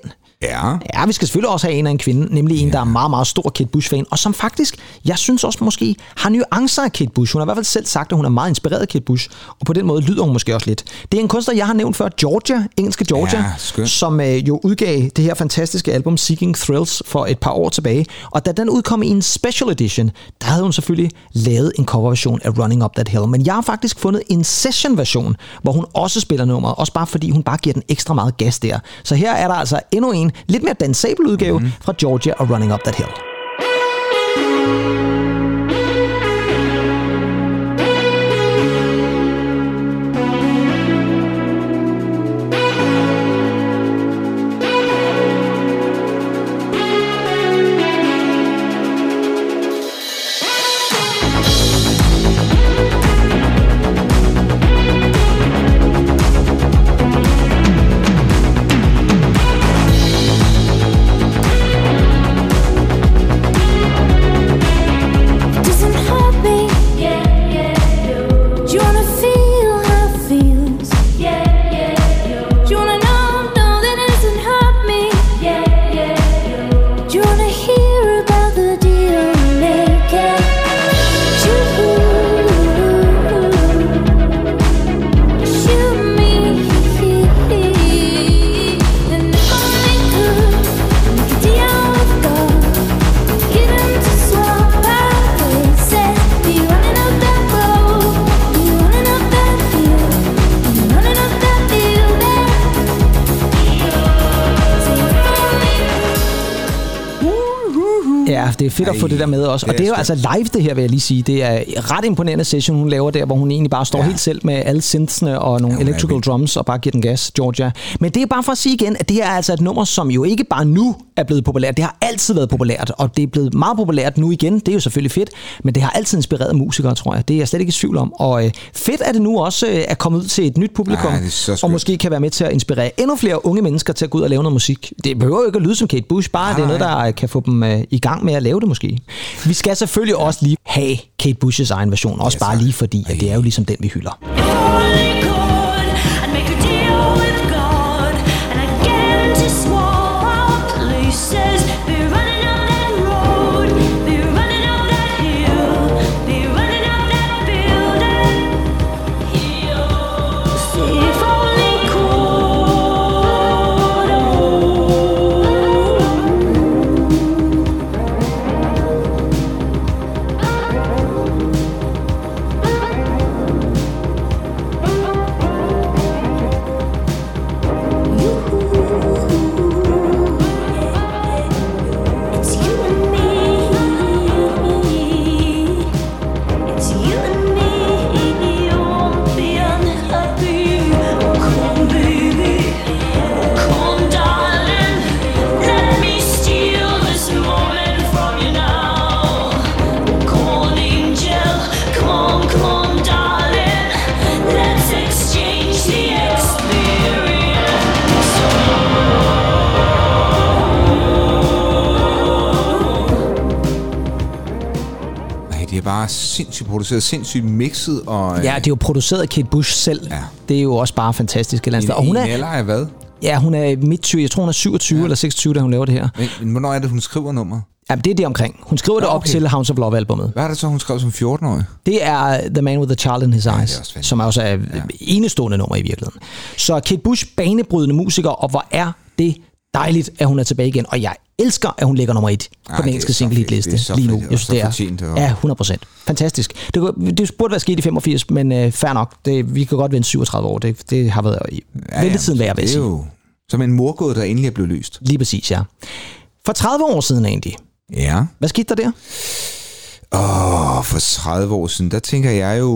Ja, vi skal selvfølgelig også have en af en kvinde, nemlig en, der er meget, meget stor Kate Bush-fan, og som faktisk, jeg synes også måske, har nuancer af Kate Bush. Hun har i hvert fald selv sagt, at hun er meget inspireret af Kate Bush, og på den måde lyder hun måske også lidt. Det er en kunstner, jeg har nævnt før, Georgia, engelske Georgia, som jo udgav det her fantastiske album Seeking Thrills for et par år tilbage, og da den udkom i en special edition, der havde hun selvfølgelig lavet en coverversion af Running Up That Hill, men jeg har faktisk fundet en session-version, hvor hun også spiller nummeret, også bare fordi hun bare giver den ekstra meget gas der. Så her er der altså endnu en lidt mere dansabel udgave fra Georgia og Running Up That Hill. Ja, det er fedt at få det der med også. Og det er jo altså live det her, vil jeg lige sige. Det er ret imponerende session, hun laver der, hvor hun egentlig bare står helt selv med alle synthsene og nogle electrical drums og bare giver den gas, Georgia. Men det er bare for at sige igen, at det her er altså et nummer, som jo ikke bare nu er blevet populært. Det har altid været populært, og det er blevet meget populært nu igen. Det er jo selvfølgelig fedt, men det har altid inspireret musikere, tror jeg. Det er jeg slet ikke i tvivl om. Og fedt er det nu også at komme ud til et nyt publikum, og måske kan være med til at inspirere endnu flere unge mennesker til at gå ud og lave noget musik. Det behøver jo ikke at lyde som Kate Bush, bare det er noget, der kan få dem i gang med at lave det måske. Vi skal selvfølgelig også lige have Kate Bush's egen version, også bare lige fordi, at det er jo ligesom den, vi hylder. Bare sindssygt produceret, sindssygt mixet. Og, ja, det er jo produceret af Kate Bush selv. Ja. Det er jo også bare fantastisk. Og hun er hvad? Ja, hun er midt-20. Jeg tror, hun er 27 eller 26, da hun laver det her. Men hvornår er det, hun skriver nummer? Jamen, det er det omkring. Hun skriver det op til Hounds of Love-albummet. Hvad er det så, hun skrev som 14-årig? Det er The Man with the Child in His Eyes, som også er enestående nummer i virkeligheden. Så Kate Bush, banebrydende musiker, og hvor er det dejligt, at hun er tilbage igen. Og jeg elsker, at hun ligger nummer 1 på den engelske single-hitliste lige nu. Jeg synes, det er. Ja, 100%. Fantastisk. Det burde være sket i 85, men fair nok. Vi kan godt vente 37 år. Det har været ventetiden værd, vil jeg sige. Som en morgåde, der endelig er blevet løst. Lige præcis, ja. For 30 år siden egentlig. Ja. Hvad skete der der? For 30 år siden, der tænker jeg jo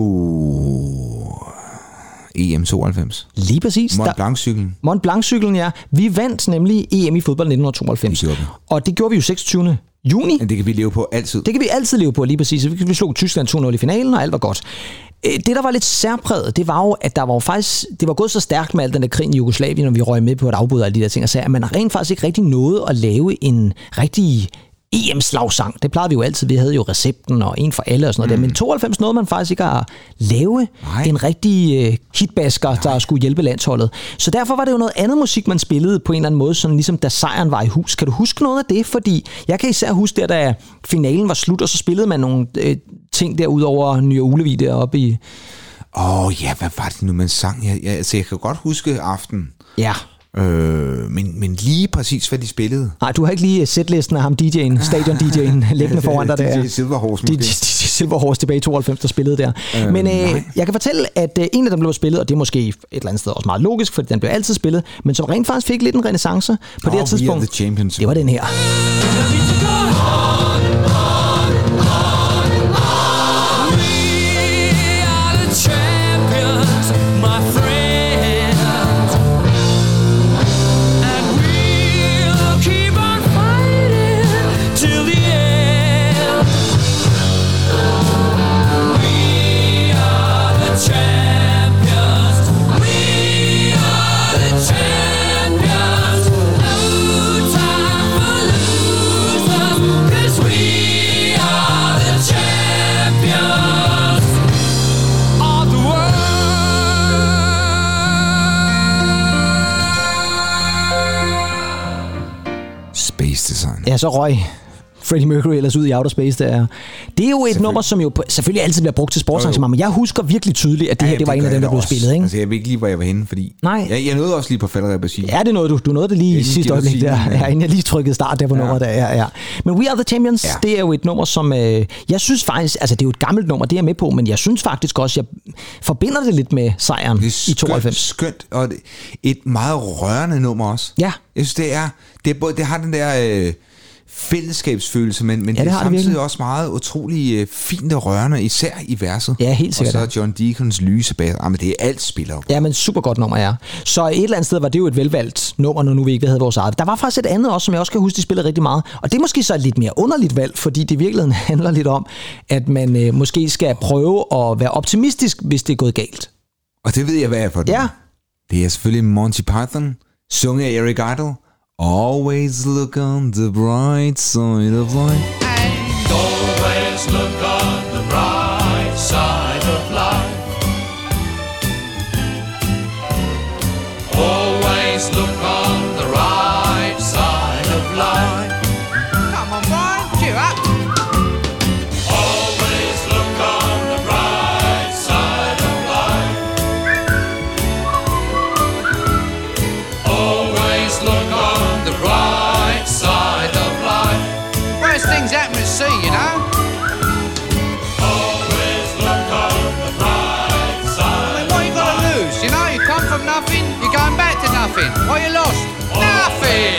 EM 92. Lige præcis. Mont Blanc-cyklen. Mont Blanc-cyklen, ja. Vi vandt nemlig EM i fodbold 1992. Og det gjorde vi jo 26. juni. Men det kan vi leve på altid. Det kan vi altid leve på, lige præcis. Vi slog Tyskland 2-0 i finalen, og alt var godt. Det, der var lidt særpræget, det var jo, at der var faktisk, det var gået så stærkt med al den der krig i Jugoslavien, når vi røg med på et afbud af alle de der ting, og sagde, at man rent faktisk ikke rigtig nåede at lave en rigtig EM-slagsang. Det plejede vi jo altid. Vi havde jo recepten og en for alle og sådan noget der. Men 92 nåede man faktisk ikke at lave en rigtig hitbasker, der skulle hjælpe landsholdet. Så derfor var det jo noget andet musik, man spillede på en eller anden måde, sådan ligesom da sejren var i hus. Kan du huske noget af det? Fordi jeg kan især huske der, da finalen var slut, og så spillede man nogle ting der ud over Ny og Ulevi deroppe i... ja, hvad var det nu, man sang? Jeg kan godt huske aften. Ja. Men lige præcis, hvad de spillede. Nej, du har ikke lige setlisten af ham DJ'en, stadion-DJ'en, liggende foran dig der. DJ Silverhorse. DJ Silverhorse tilbage i 92, der spillede der. Men jeg kan fortælle, at en af dem blev spillet, og det er måske et eller andet sted også meget logisk, fordi den blev altid spillet, men som rent faktisk fik lidt en renæssance på det her tidspunkt. Det var den her. Ja, så røg Freddie Mercury ellers ud i outer space der. Det er jo et nummer, som jo selvfølgelig altid bliver brugt til sportsarrangementer, men jeg husker virkelig tydeligt, at det her var en af dem, der blev spillet, ikke? Altså, jeg ved ikke lige, hvor jeg var henne, fordi... Nej. Jeg nåede også lige på falderæb at sige. Ja, det nåede du. Du nåede det lige i sidste øjeblik der. Ja, inden jeg lige trykkede start der på nummeret der. Ja. Men We Are The Champions, det er jo et nummer, som... jeg synes faktisk... Altså, det er jo et gammelt nummer, det er jeg med på, men jeg synes faktisk også, jeg forbinder det lidt med sejren i 92. Skønt, og et meget rørende nummer også. Ja. Jeg synes, det har den der... fællesskabsfølelse, men det er samtidig også meget utrolig fint og rørende, især i verset. Ja, helt sikkert. Og så John Deacons lyse bas. Men det er alt spiller. Ja, men super godt nummer, ja. Så et eller andet sted var det jo et velvalgt nummer, når nu vi ikke havde vores eget. Der var faktisk et andet også, som jeg også kan huske, de spillede rigtig meget. Og det er måske så et lidt mere underligt valg, fordi det i virkeligheden handler lidt om, at man måske skal prøve at være optimistisk, hvis det er gået galt. Og det ved jeg, hvad jeg er for det. Ja. Det er selvfølgelig Monty Python, sunget af Eric Idle. Always look on the bright side of life. And always look on the bright side of life. Always look on the right side of life. Come on, Brian, cheer up. Always look on the bright side of life. Always look on the right side of life. Worst things happen at sea, you know. Always look on the right side. I mean, what you got to lose? You know, you come from nothing, you're going back to nothing. What you lost? Nothing.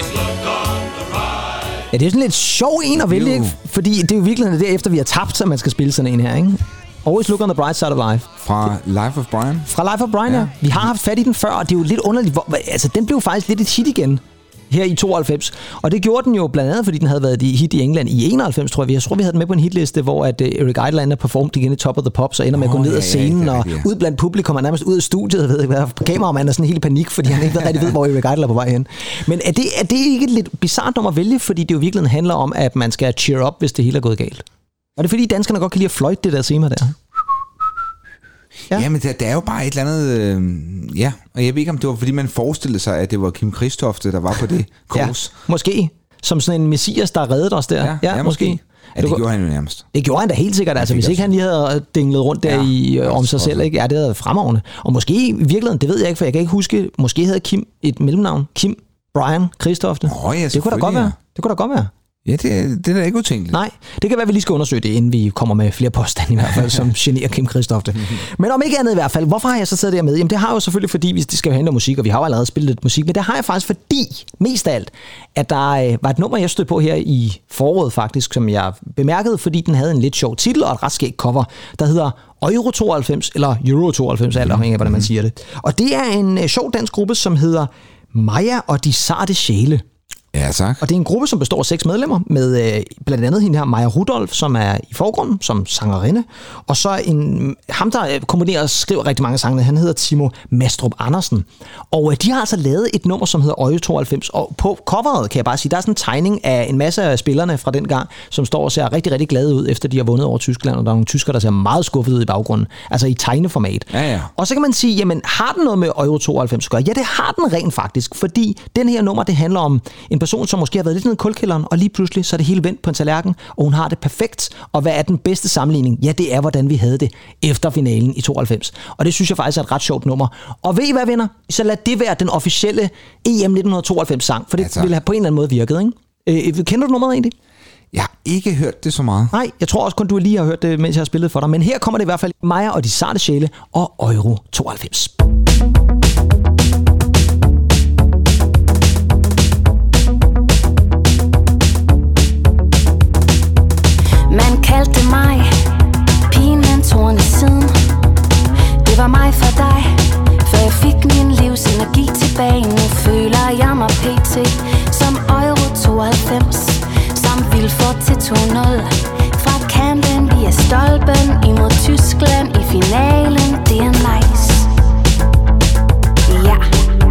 Ja, det er sådan lidt sjov en at vælge, ikke? Fordi det er jo virkelig derefter, vi har tabt, så man skal spille sådan en her, ikke? Always look on the bright side of life. Fra Life of Brian. Fra Life of Brian, ja. Vi har haft fat i den før, og det er jo lidt underligt. Altså, den blev faktisk lidt et hit igen her i 92. Og det gjorde den jo blandt andet, fordi den havde været hit i England i 91, tror jeg. Jeg tror, vi havde den med på en hitliste, hvor at Eric Idle er performet igen i Top of the Pops, og ender med at gå ned ad scenen, og ud blandt publikum, og nærmest ud af studiet, jeg ved ikke hvad, kameramanden er sådan helt i panik, fordi han ikke rigtig ved, hvor Eric Idle er på vej hen. Men er det ikke et lidt bizarrt nummer at vælge, fordi det jo virkelig handler om, at man skal cheer up, hvis det hele er gået galt? Og det er fordi, danskerne godt kan lide at fløjte det der tema der. Ja. Jamen, der er jo bare et eller andet... ja, og jeg ved ikke, om det var, fordi man forestillede sig, at det var Kim Christofte, der var på det kors. Ja, måske. Som sådan en messias, der reddede os der. Ja, måske. Ja, det gjorde han jo nærmest. Det gjorde han da helt sikkert. Altså, hvis ikke han lige havde dinglet rundt der om sig selv, ikke? Ja, det havde været fremragende. Og måske i virkeligheden, det ved jeg ikke, for jeg kan ikke huske, måske havde Kim et mellemnavn. Kim Brian Christofte. Ja, det kunne da godt være. Det kunne da godt være. Ja, det er da ikke utænkeligt. Nej, det kan være, at vi lige skal undersøge det, inden vi kommer med flere påstande i hvert fald, som generer Kim Christofte. Men om ikke andet i hvert fald, hvorfor har jeg så siddet der med? Jamen det har jo selvfølgelig, fordi hvis det skal handle om musik, og vi har jo allerede spillet lidt musik, men det har jeg faktisk fordi, mest af alt, at der var et nummer, jeg stødte på her i foråret faktisk, som jeg bemærkede, fordi den havde en lidt sjov titel og et ret skægt cover, der hedder Euro 92, eller Euro 92, alt afhængig af, hvordan man siger det. Og det er en sjov dansk gruppe, som hedder Maja og de sarte sjæle. Ja, tak. Og det er en gruppe, som består af 6 medlemmer, med blandt andet hende her, Maja Rudolph, som er i forgrunden som sangerinde. Og så ham, der komponerer og skriver rigtig mange sange, han hedder Timo Mastrup Andersen. Og de har altså lavet et nummer, som hedder Euro 92. Og på coveret, kan jeg bare sige, der er sådan en tegning af en masse af spillerne fra den gang, som står og ser rigtig, rigtig glade ud, efter de har vundet over Tyskland. Og der er nogle tyskere, der ser meget skuffet ud i baggrunden. Altså i tegneformat. Ja. Og så kan man sige, jamen har den noget med Euro 92 at gøre? Ja, det har den rent faktisk. Fordi den her nummer, det handler om en person, som måske har været lidt nede i kulkælderen, og lige pludselig så er det hele vendt på en tallerken, og hun har det perfekt. Og hvad er den bedste sammenligning? Ja, det er, hvordan vi havde det efter finalen i 92. Og det synes jeg faktisk er et ret sjovt nummer. Og ved I hvad, venner? Så lad det være den officielle EM 1992-sang, for det ville have på en eller anden måde virket, ikke? Kender du nummeret egentlig? Jeg har ikke hørt det så meget. Nej, jeg tror også kun, du lige har hørt det, mens jeg har spillet for dig. Men her kommer det i hvert fald Maja og de sarte sjæle og Euro 92. Man kaldte mig pigen med en torn i siden. Det var mig for dig, før jeg fik min livs energi tilbage. Nu føler jeg mig pt. som Euro 92, som Vilfort til 2-0. Fra kanten via stolpen imod Tyskland i finalen. Det er nice. Ja.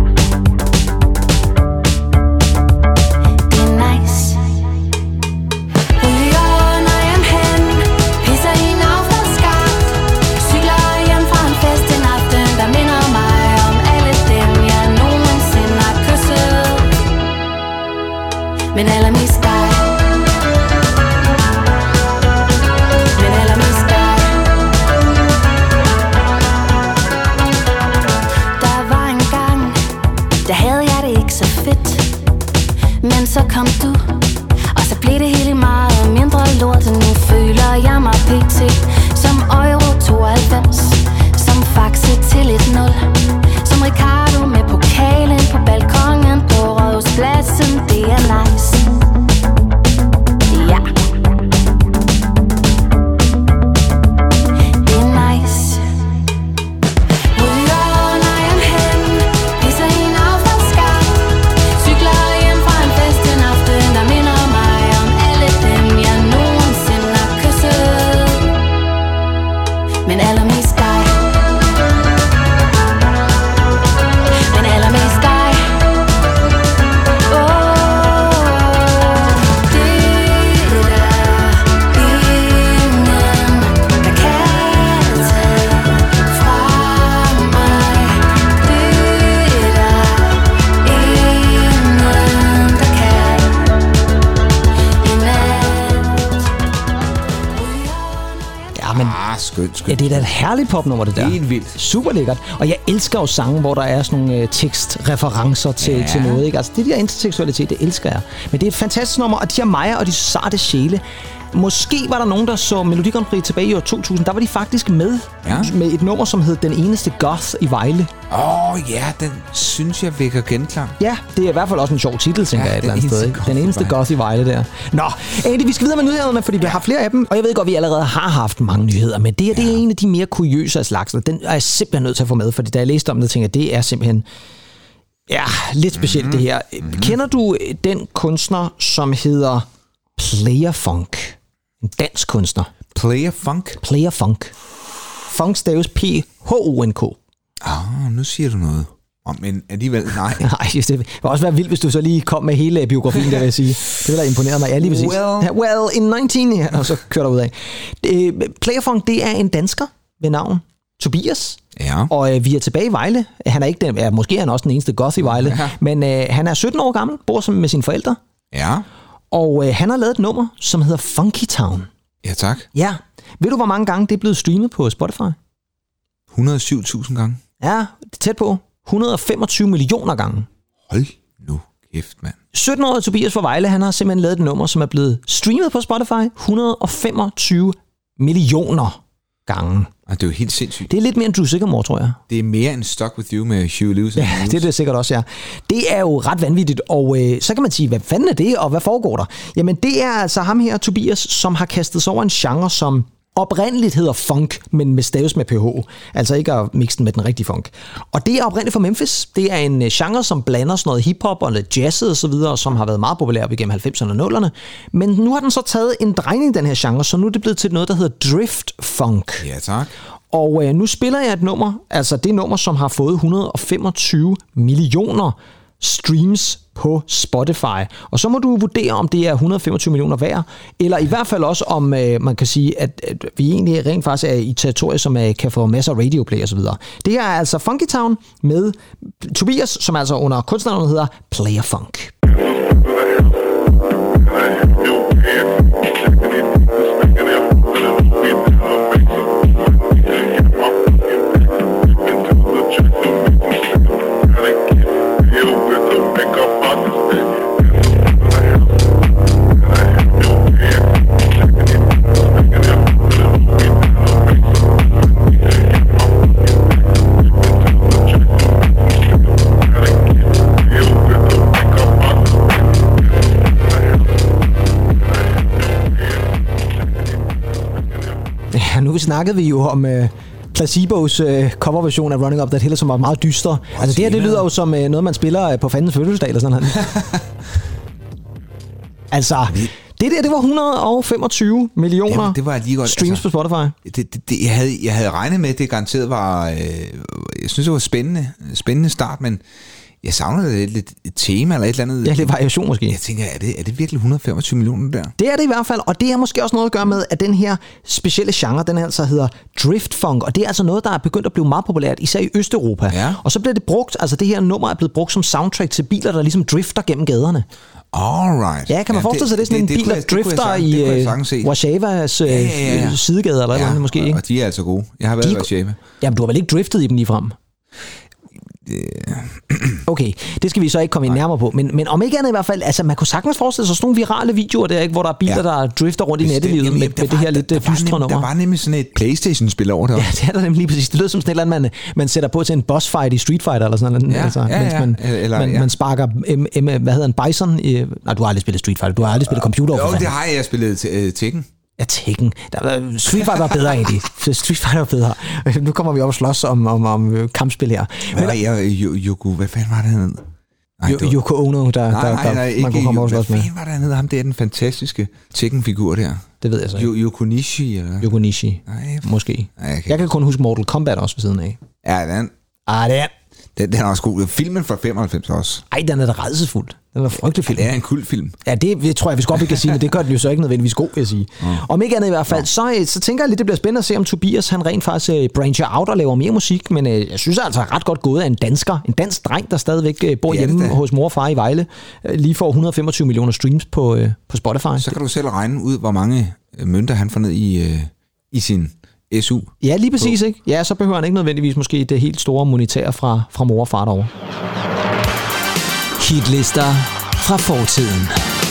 Men allermest dig. Men allermest dig. Der var en gang, der havde jeg det ikke så fedt. Men så kom du, og så blev det hele meget mindre lort. Nu føler jeg mig pt. som Euro 92, som Faxe til 1-0, som Ricardo med pokalen på balkongen på Rådhuspladsen. Det er nice. skønt. Ja, det er da et herligt popnummer, det der. Helt vildt. Super lækkert. Og jeg elsker jo sange, hvor der er sådan nogle tekstreferencer til noget. Ikke? Altså, det der intertekstualitet, det elsker jeg. Men det er et fantastisk nummer, og de er Maja og de sarte sjæle. Måske var der nogen, der så Melodi Grand Prix tilbage i år 2000. Der var de faktisk med et nummer, som hed Den Eneste Goth i Vejle. Ja, den synes jeg vækker genklang. Ja, det er i hvert fald også en sjov titel, tænker jeg et eller andet sted. Ikke? Den Eneste Goth i Vejle der. Nå, Andy, vi skal videre med nyhederne, fordi vi har flere af dem. Og jeg ved godt, vi allerede har haft mange nyheder, men det er en af de mere kuriøse af slagsen. Den er jeg simpelthen nødt til at få med, fordi da jeg læste om det, tænkte jeg, det er simpelthen lidt specielt det her. Kender du den kunstner, som hedder Player Funk? En dansk kunstner. Player Funk? Player Funk. Funk staves P-H-O-N-K. Nu siger du noget. Men alligevel, nej. Nej, det vil også være vildt, hvis du så lige kom med hele biografien, der vil jeg sige. Det vil da imponere mig. Ja, lige præcis. Well, in 19, og så kører der ud af. Player Funk, det er en dansker ved navn Tobias. Ja. Og vi er tilbage i Vejle. Han er ikke den, måske er han også den eneste goth i Vejle. Ja. Men han er 17 år gammel, bor sammen med sine forældre. Ja. Og han har lavet et nummer, som hedder Funky Town. Ja, tak. Ja. Ved du, hvor mange gange det er blevet streamet på Spotify? 107.000 gange. Ja, det er tæt på. 125 millioner gange. Hold nu kæft, mand. 17-årige Tobias fra Vejle, han har simpelthen lavet et nummer, som er blevet streamet på Spotify 125 millioner gange. Det er jo helt sindssygt. Det er lidt mere end Drew Sycamore, tror jeg. Det er mere end Stuck With You med Huey Lewis. Ja, det er det sikkert også, ja. Det er jo ret vanvittigt, og så kan man sige, hvad fanden er det, og hvad foregår der? Jamen, det er altså ham her, Tobias, som har kastet sig over en genre, som oprindeligt hedder funk, men med staves med ph. Altså ikke at mixe den med den rigtige funk. Og det er oprindeligt fra Memphis. Det er en genre, som blander sådan noget hiphop og lidt jazzet og så videre, som har været meget populær igennem 90'erne og 0'erne. Men nu har den så taget en drejning, den her genre, så nu er det blevet til noget, der hedder drift funk. Ja, tak. Og nu spiller jeg et nummer, altså det nummer, som har fået 125 millioner streams på Spotify. Og så må du vurdere, om det er 125 millioner værd, eller i hvert fald også, om man kan sige, at vi egentlig rent faktisk er i territoriet, som kan få masser af radioplay og så videre. Det her er altså Funky Town med Tobias, som altså under kunstnernavnet hedder Player Funk. Nu snakkede vi jo om Placebos coverversion af Running Up That Hill, som var meget dyster. Altså det her, det lyder jo som noget, man spiller på fandens fødselsdag eller sådan noget. Altså, det var 125 millioner det var lige godt, streams på Spotify. Jeg havde regnet med, at det garanteret var... jeg synes, det var spændende start, men jeg savner lidt et tema eller et eller andet. Ja, lidt variation måske. Jeg tænker, er det virkelig 125 millioner der? Det er det i hvert fald, og det har måske også noget at gøre med, at den her specielle genre, den altså hedder drift funk, og det er altså noget, der er begyndt at blive meget populært, især i Østeuropa. Ja. Og så bliver det brugt, altså det her nummer er blevet brugt som soundtrack til biler, der ligesom drifter gennem gaderne. Alright. Ja, kan man forestille sig, det er sådan en bil, der drifter i Warszawas sidegader eller noget måske, ikke? Og de er altså gode. Jeg har været i Warszawa. Jamen, du har vel ikke driftet i dem lige frem? Okay, det skal vi så ikke komme ind nærmere på, men om ikke andet i hvert fald, altså man kunne sagtens forestille sig sådan nogle virale videoer der, ikke, hvor der er biler, der drifter rundt i nattelivet med det her lidt dystre nummer. Der var nemlig sådan et PlayStation-spil over der. Ja, det er der nemlig lige præcis. Det lyder som sådan et eller andet, man sætter på til en boss fight i Street Fighter eller sådan noget, man sparker, hvad hedder en Bison? Nej, du har aldrig spillet Street Fighter, du har aldrig spillet computer. Jo, det har jeg spillet Tekken. Ja, Tekken. Street Fighter var bedre, egentlig. Street Fighter var bedre. Nu kommer vi op og slås om kampspil her. Yoko, hvad fanden var det hernede? Yoko Ono, der man kunne komme op og slås med. Hvad fanden var det hernede? Ham, det er den fantastiske Tekken-figur der. Det ved jeg så ikke. Yoko Nishi, eller? Yoko Nishi, måske. Nej, jeg kan kun huske Mortal Kombat også ved siden af. Ja, den. Det er. Den er også god. Filmen fra 95 også. Ej, den er da rædselsfuld. Den er frygtelig film. Det er en kultfilm. Ja, det tror jeg, vi godt vi kan sige, men det gør den jo så ikke nødvendigvis god, vil jeg sige. Om ikke andet i hvert fald, så tænker jeg lidt, det bliver spændende at se, om Tobias, han rent faktisk brancher out og laver mere musik, men jeg synes altså ret godt gået af en dansk dreng, der stadigvæk bor hjemme hos mor og far i Vejle, lige får 125 millioner streams på Spotify. Så kan du selv regne ud, hvor mange mønter han får ned i SU. Ja, lige præcis, ikke? Ja, så behøver han ikke nødvendigvis måske det helt store monetær fra mor og far derovre. Hitlister fra fortiden.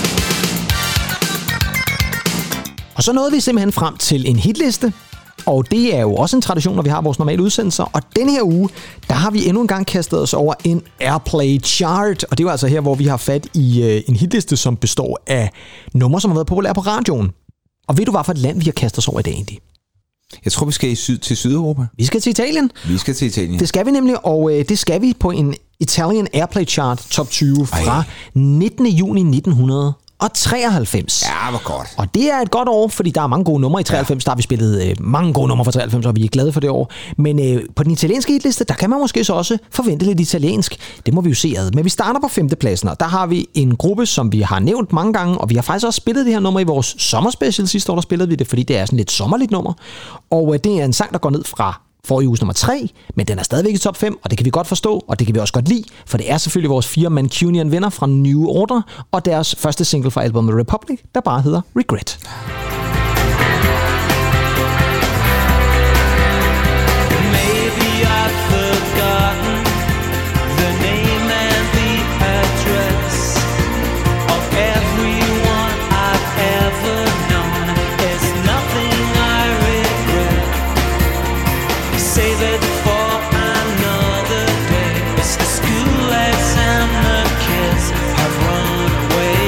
Og så nåede vi simpelthen frem til en hitliste, og det er jo også en tradition, når vi har vores normale udsendelser. Og denne her uge, der har vi endnu en gang kastet os over en Airplay Chart. Og det er jo altså her, hvor vi har fat i en hitliste, som består af numre, som har været populære på radioen. Og ved du, hvad for et land vi har kastet os over i dag egentlig? Jeg tror, vi skal til Sydeuropa. Vi skal til Italien. Vi skal til Italien. Det skal vi nemlig, og det skal vi på en Italian Airplay Chart Top 20 fra 19. juni 1993. Ja, hvor godt. Og det er et godt år, fordi der er mange gode numre i 93. Der har vi spillet mange gode numre fra 93, og vi er glade for det år. Men på den italienske hitliste, der kan man måske så også forvente lidt italiensk. Det må vi jo se ad. Men vi starter på 5. pladsen, og der har vi en gruppe, som vi har nævnt mange gange, og vi har faktisk også spillet det her nummer i vores sommerspecial. Sidste år der spillede vi det, fordi det er sådan lidt sommerligt nummer. Og det er en sang, der går ned fra forrige uges nummer 3, men den er stadigvæk i top 5, og det kan vi godt forstå, og det kan vi også godt lide, for det er selvfølgelig vores 4 Mancunian venner fra New Order, og deres første single fra albumet Republic, der bare hedder Regret. Maybe I've forgotten the name and the address of everyone I've ever known. There's nothing I regret. Save it for another day. It's the school lights and the kids have run away.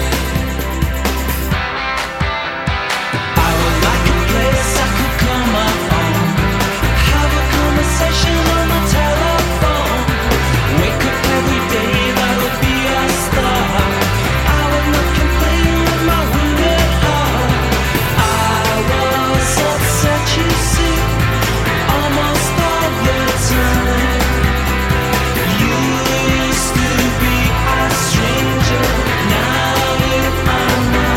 I would like a place I could come up on, have a conversation on the telephone, wake up every day, that'll be a start. I would not complain with my wounded heart. I was upset, you see, almost all the time. You used to be a stranger, now you are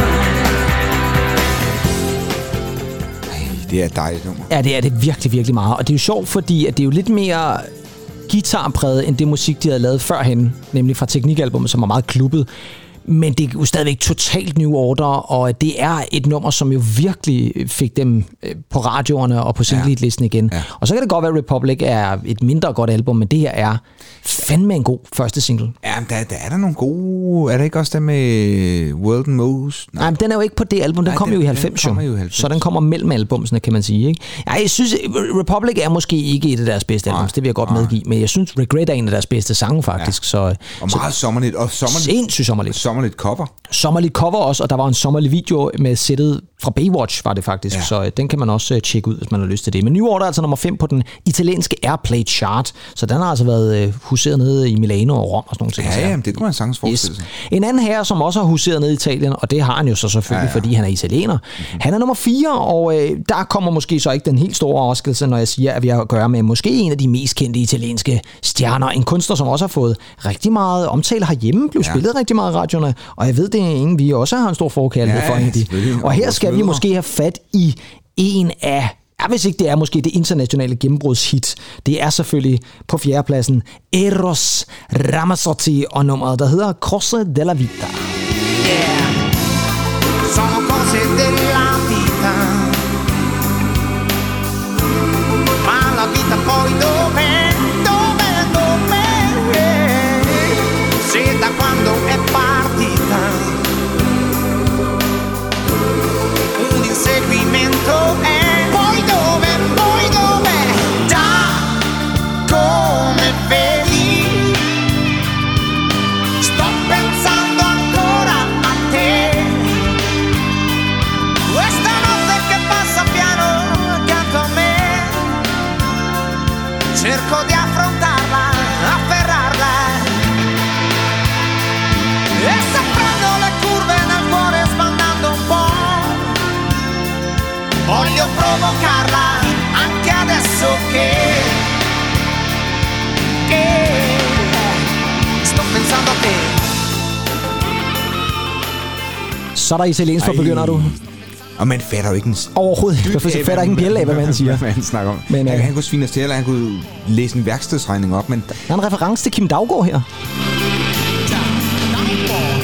mine. Det er et dejligt nummer. Ja, det er det virkelig, virkelig meget. Og det er jo sjovt, fordi at det er jo lidt mere guitarpræget end det musik, de havde lavet førhen, nemlig fra Teknikalbummet, som var meget klubbet. Men det er jo stadigvæk totalt New Order, og det er et nummer, som jo virkelig fik dem på radioerne og på single-listen igen. Ja. Og så kan det godt være, at Republic er et mindre godt album, men det her er fandme en god første single. Ja, men der er der nogle gode... Er der ikke også der med World Most? Nej, men den er jo ikke på det album. Den kom jo i 90. Så den kommer mellem albumsene, kan man sige. Ikke? Jeg synes, Republic er måske ikke et af deres bedste albums. Det vil jeg godt medgive. Men jeg synes, Regret er en af deres bedste sange, faktisk. Ja. Og meget sommerligt. Og sindssygt sommerligt. Sommerligt cover. Sommerligt cover også, og der var en sommerlig video med sættet fra Baywatch, var det faktisk. Ja. Så den kan man også tjekke ud, hvis man har lyst til det. Men New Order er altså nummer 5 på den italienske Airplay Chart. Så den har altså været huseret nede i Milano og Rom og sådan nogle ting. Ja, jamen, det kunne man sagtens forestille sig. En anden herre, som også har huseret nede i Italien, og det har han jo så selvfølgelig, fordi han er italiener. Mm-hmm. Han er nummer 4, og der kommer måske så ikke den helt store overraskelse, når jeg siger, at vi har at gøre med måske en af de mest kendte italienske stjerner. En kunstner, som også har fået rigtig meget omtale herhjemme, blev spillet rigtig meget i radioerne, og jeg ved, det er en, vi også har en stor forkærlighed for. Og her skal vi måske have fat i en af, hvis ikke det er måske det internationale gennembrudshit. Det er selvfølgelig på 4. pladsen Eros Ramazzotti og nummeret, der hedder Cose della Vita. Yeah. Sono cose della vita, ma la vita poi dove? Se da quando è partita un inseguimento è poi dove? Già come vedi sto pensando ancora a te, questa notte che passa piano accanto a me, cerco di affrontarla, afferrarla e se prendo le curve nel cuore sbandando un po', voglio provocarla anche adesso che sto pensando a te. Så er der italiensk for begynder, du. Og man fatter jo ikke en... Overhovedet ikke. Jeg fatter ikke en bjælle af, hvad man siger. Hvad man snakker om. Men, han kunne svine os til, eller han kunne læse en værkstedsregning op, men... Der er en reference til Kim Daugaard her.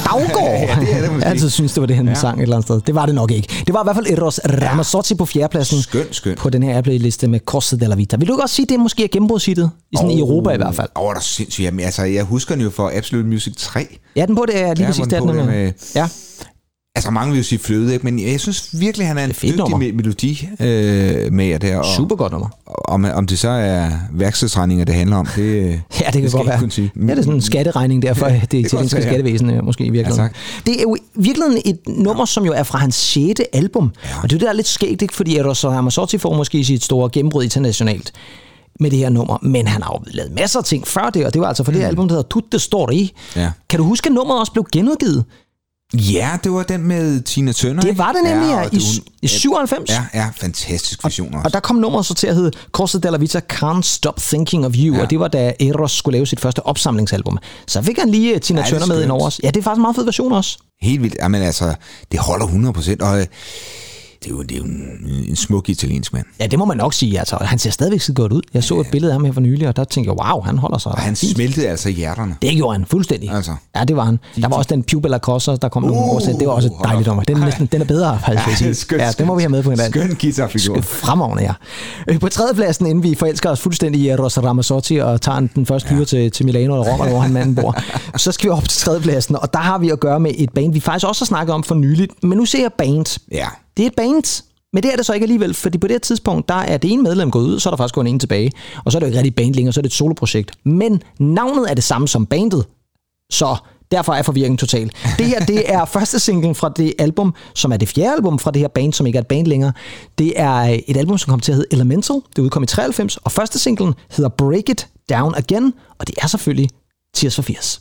Daugård. Ja, det er det måske. Jeg altid synes, det var det, han sang et eller andet sted. Det var det nok ikke. Det var i hvert fald Eros Ramazzotti på fjerdepladsen. Skøn. På den her Airplay-liste med Corsa della Vita. Vil du godt sige, det er måske gennembrudshittet? I Europa i hvert fald. Der er sindssygt. Jamen, altså, jeg husker den jo for Absolute Music 3. Ja, den på det er lige præcis der. Ja. Altså, mange vil jo sige Fløde, ikke? Men jeg synes virkelig, han er en dygtig melodimager der. Og, super godt nummer. Om det så er værkstedsregninger, det handler om, det ja, det kan godt være. Ja, det er sådan en skatteregning der for det italienske skattevæsen, måske i virkeligheden. Ja, det er jo virkelig et nummer, som jo er fra hans 6. album. Ja. Og det er jo der lidt skægt, ikke? Fordi Eros Ramazzotti får måske sit store gennembrud internationalt med det her nummer, men han har jo lavet masser af ting før det, og det var altså for det her album, der hedder Tutte Storie. Ja. Kan du huske, at nummeret også blev genudgivet? Ja, det var den med Tina Turner. Det var det nemlig, i 97. Ja, fantastisk vision også. Og der kom nummeret så til at hedde Corsa della Vita Can't Stop Thinking of You, og det var da Eros skulle lave sit første opsamlingsalbum. Så fik han lige Tina Turner med ind over os. Ja, det er faktisk en meget fed version også. Helt vildt. Jamen altså, det holder 100%, og det er jo en smuk italiensk mand. Ja, det må man nok sige. Altså, han ser stadigvæk så godt ud. Jeg så et billede af ham her for nylig, og der tænkte jeg, wow, han holder sig. Og han smeltede altså i hjerterne. Det gjorde han fuldstændig. Altså. Ja, det var han. Der var også den Pubella Cosa, der kom nogle år siden. Det var også et dejligt nummer. Den er bedre, faktisk. Ja, den må vi have med på en anden. Skøn guitarfigur. Fremragende, ja. På tredjepladsen, inden vi forelsker os fuldstændig i Eros Ramazzotti og tager den første hyre til Milano eller Rom, hvor han manden bor, så skal vi op til tredjepladsen, og der har vi at gøre med et band, vi faktisk også har snakket om for nyligt. Men nu ser jeg band. Ja. Det er et band. Men det er det så ikke alligevel, fordi på det her tidspunkt, der er det ene medlem gået ud, så er der faktisk kun en tilbage. Og så er det jo ikke rigtig band længere, så er det et soloprojekt. Men navnet er det samme som bandet. Så derfor er forvirringen total. Det her, det er første singlen fra det album, som er det 4. album fra det her band, som ikke er et band længere. Det er et album, som kom til at hedde Elemental. Det udkom i 93, og første singlen hedder Break It Down Again. Og det er selvfølgelig Tears for Fears.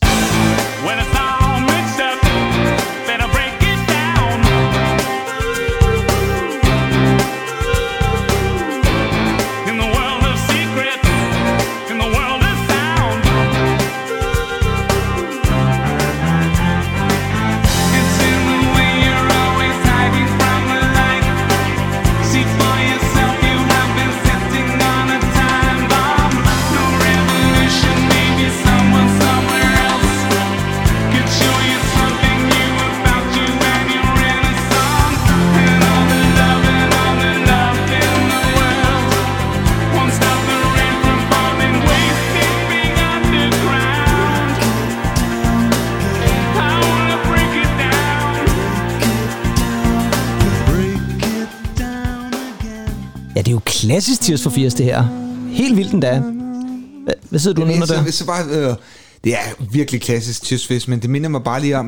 Det er jo klassisk Tears for Fears, det her. Helt vildt den der. Hvad sidder du nu der? Det er virkelig klassisk Tears for Fears, men det minder mig bare lige om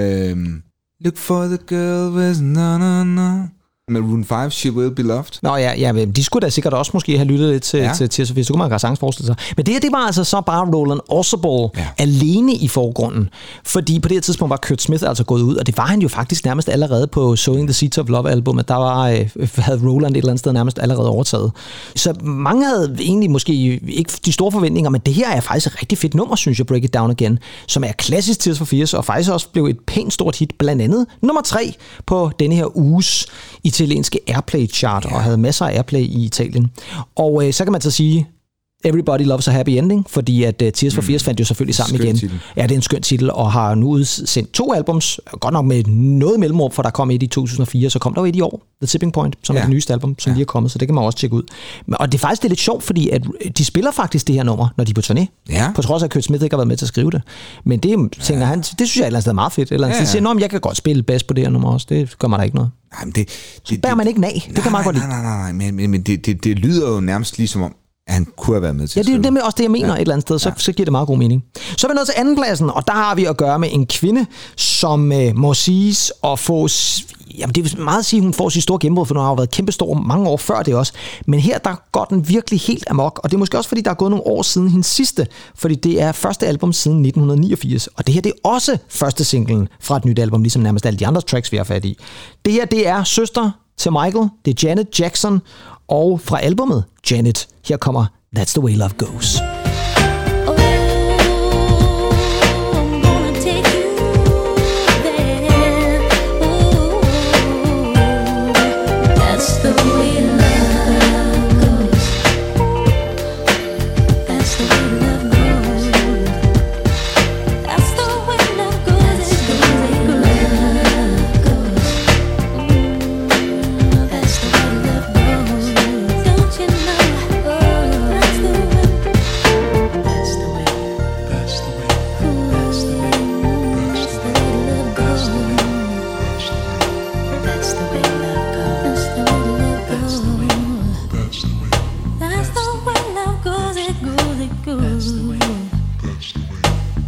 Look for the girl with na-na-na med Rune 5, She Will Be Loved. Nå ja, de skulle da sikkert også måske have lyttet lidt til Tears for Fears. Så kunne man godt sagtens forestille sig. Men det her, det var altså så bare Roland Orzabal alene i forgrunden. Fordi på det her tidspunkt var Kurt Smith altså gået ud, og det var han jo faktisk nærmest allerede på Sowing the Seeds of Love-albumet. Der havde Roland et eller andet sted nærmest allerede overtaget. Så mange havde egentlig måske ikke de store forventninger, men det her er faktisk et rigtig fedt nummer, synes jeg, Break It Down Again, som er klassisk Tears for Fears, og faktisk også blev et pænt stort hit, blandt andet nummer 3 på denne her uges italienske Airplay-chart, og havde masser af Airplay i Italien. Og så kan man så sige, Everybody Loves a Happy Ending, fordi at Tears for Fears fandt jo selvfølgelig sammen igen. Titel. Ja, det er en skøn titel, og har nu udsendt 2 albums, godt nok med noget mellemrum, for der kom et i 2004, så kom der jo et i år, The Tipping Point, som er det nyeste album, som lige er kommet, så det kan man også tjekke ud. Og det er faktisk lidt sjovt, fordi at de spiller faktisk det her nummer, når de er på turné, på trods af, at Kurt Smith ikke har været med til at skrive det. Men det tænker han, det synes jeg et eller andet sted er meget fedt. Eller andet siger, jeg kan godt spille bass på det her nummer også, det gør man da ikke noget. Nej, men det bærer man ikke af. Det kan man godt lide. Nej, men det lyder jo nærmest ligesom om, han kunne have været med til. Ja, det er jo også det, jeg mener et eller andet sted, så giver det meget god mening. Så er vi nået til andenpladsen, og der har vi at gøre med en kvinde, som må siges at få... Jamen, det er meget at sige, at hun får sit store gennembrud, for hun har jo været kæmpestor mange år før det også. Men her, der går den virkelig helt amok, og det er måske også, fordi der er gået nogle år siden hendes sidste, fordi det er første album siden 1989, og det her, det er også første singlen fra et nyt album, ligesom nærmest alle de andre tracks, vi har fat i. Det her, det er søster til Michael, det er Janet Jackson, og fra albumet Janet, her kommer That's the Way Love Goes. That's the way love goes.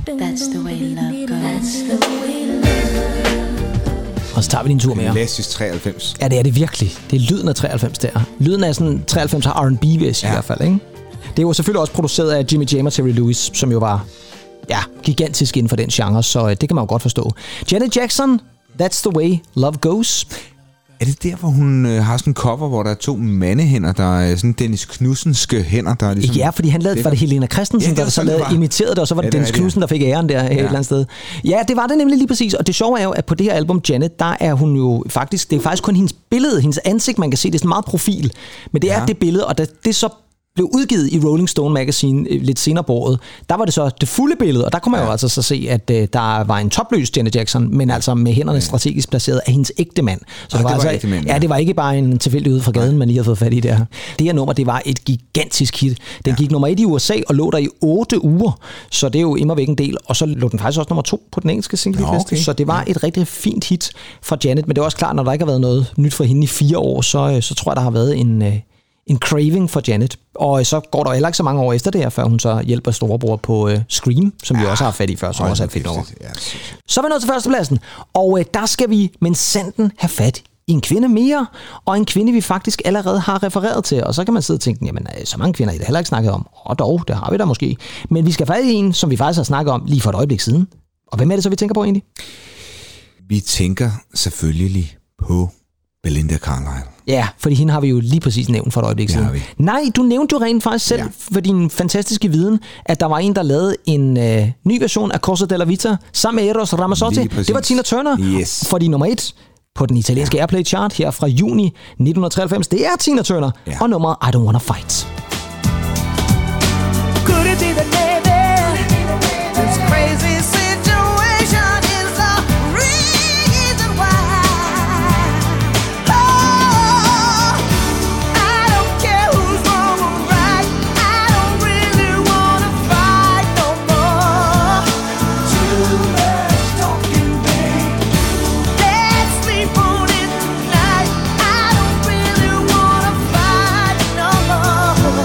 That's the way love goes. That's the way love. Og så tager vi din tur mere. Klassisk 93. Ja, det er det virkelig. Det er lyden af 93 der. Lyden af sådan 93 har R&B, vil jeg sige i hvert fald, ikke? Det er jo selvfølgelig også produceret af Jimmy Jam og Terry Lewis, som jo var gigantisk inden for den genre, så det kan man jo godt forstå. Janet Jackson, That's the way love goes. Er det der, hvor hun har sådan en cover, hvor der er 2 mandehænder, der er sådan Dennis Knudsenske hænder, der er ligesom... Ja, fordi han lavede, var det Helena Christensen, der så lavede imiteret det, og så var det Dennis Knudsen, der fik æren der et eller andet sted. Ja, det var det nemlig lige præcis, og det sjove er jo, at på det her album, Janet, der er hun jo faktisk, det er faktisk kun hendes billede, hendes ansigt, man kan se, det er sådan meget profil, men det er det billede, og det så blev udgivet i Rolling Stone Magazine lidt senere på året, der var det så det fulde billede, og der kunne man jo altså så se, at der var en topløs Janet Jackson, men altså med hænderne strategisk placeret af hendes ægte mand. Så det var altså ægte mand, det var ikke bare en tilfældig ude fra gaden, man lige havde fået fat i der. Det her nummer, det var et gigantisk hit. Den gik nummer 1 i USA og lå der i 8 uger, så det er jo immervæk en del, og så lå den faktisk også nummer 2 på den engelske singleliste, så det var et rigtig fint hit fra Janet, men det er også klart, når der ikke har været noget nyt for hende i 4 år, så tror jeg, der har været en craving for Janet. Og så går der heller ikke så mange år efter det her, før hun så hjælper storebror på Scream, som vi også har fat i før, som også er et fedt over. Så er vi nået til førstepladsen, og der skal vi med sanden have fat i en kvinde mere, og en kvinde, vi faktisk allerede har refereret til. Og så kan man sidde og tænke, jamen, så mange kvinder har I da heller ikke snakket om. Og dog, det har vi da måske. Men vi skal fat i en, som vi faktisk har snakket om lige for et øjeblik siden. Og hvem er det så, vi tænker på egentlig? Vi tænker selvfølgelig på Belinda Carlisle. Ja, fordi hende har vi jo lige præcis nævnt for et øjeblik siden. Nej, du nævnte jo rent faktisk selv for din fantastiske viden, at der var en, der lavede en ny version af Corsa della Vita sammen med Eros Ramazzotti. Det var Tina Turner. Yes. Fordi nummer 1 på den italienske Airplay chart her fra juni 1993, det er Tina Turner. Og nummeret I Don't Wanna Fight. Could it be the Navy? This crazy situation is the reason why. Oh, I don't care who's wrong or right. I don't really wanna fight no more. Too much talking, babe. Let's sleep on it tonight. I don't really wanna fight no more.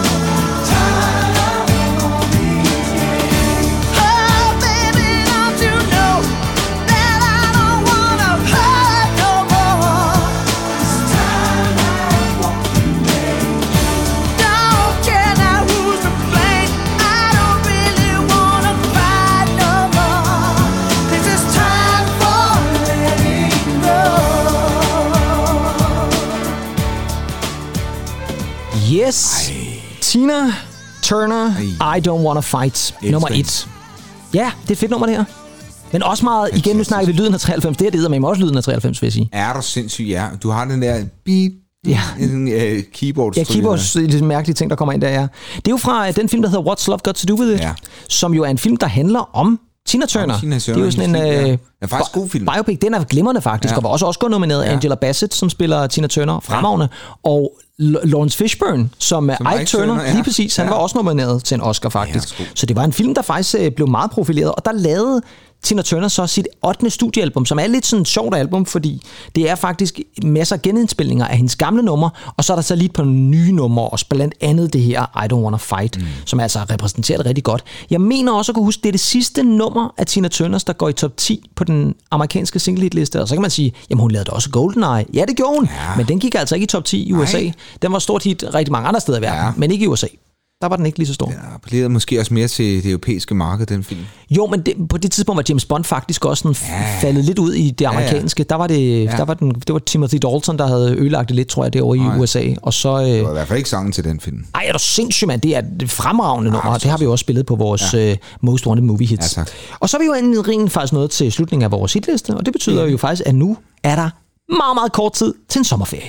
Yes, Tina Turner, I Don't Wanna Fight, nummer 1. Ja, det er et fedt nummer, det her. Men også meget, igen, nu snakker vi lyden af 93. Det er det, men også lyden af 93, vil jeg sige. Er du sindssygt, ja. Du har den der beat, keyboard. Ja, keyboards, lidt mærkelige ting, der kommer ind der, ja. Det er jo fra den film, der hedder What's Love Got to Do With It, som jo er en film, der handler om Tina Turner. Det er jo sådan en faktisk god film. Biopic. Den er glimrende faktisk, og var også Oscar-nomineret. Angela Bassett, som spiller Tina Turner, fremragende. Og Lawrence Fishburne, som er Ike Turner, lige præcis. Han var også nomineret til en Oscar faktisk. Så det var en film, der faktisk blev meget profileret, og der lavede Tina Turner så sit 8. studiealbum, som er lidt sådan et sjovt album, fordi det er faktisk masser af genindspilninger af hendes gamle numre, og så er der så lige på nye numre, og blandt andet det her I Don't Wanna Fight, som altså repræsenterer det rigtig godt. Jeg mener også at kunne huske, det er det sidste nummer af Tina Turners, der går i top 10 på den amerikanske single-hitliste, og så kan man sige, jamen hun lavede også GoldenEye. Ja, det gjorde hun, men den gik altså ikke i top 10 i USA. Den var stort hit rigtig mange andre steder i verden, men ikke i USA. Der var den ikke lige så stor. Den appellerede måske også mere til det europæiske marked, den film. Jo, men på det tidspunkt var James Bond faktisk også faldet lidt ud i det amerikanske. Der var det var Timothy Dalton, der havde ødelagt det lidt, tror jeg, derovre i USA. Og så, det var i hvert fald ikke sangen til den film. Ej, er du sindssygt, mand. Det er et fremragende nummer, det har vi også spillet på vores Most Wanted Movie Hits. Og så er vi jo rent faktisk nået til slutningen af vores hitliste, og det betyder jo faktisk, at nu er der meget, meget kort tid til en sommerferie.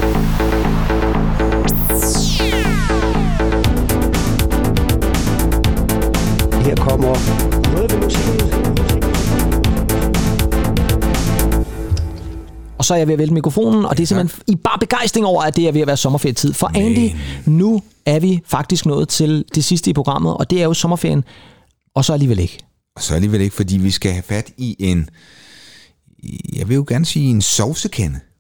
Her kommer noget ved musikken. Og så er jeg ved at vælte mikrofonen, og det er simpelthen i bare begejstring over, at det er ved at være sommerferietid. For Andy, nu er vi faktisk nået til det sidste i programmet, og det er jo sommerferien, og så alligevel ikke. Og så alligevel ikke, fordi vi skal have fat i en, jeg vil jo gerne sige en sovsekande.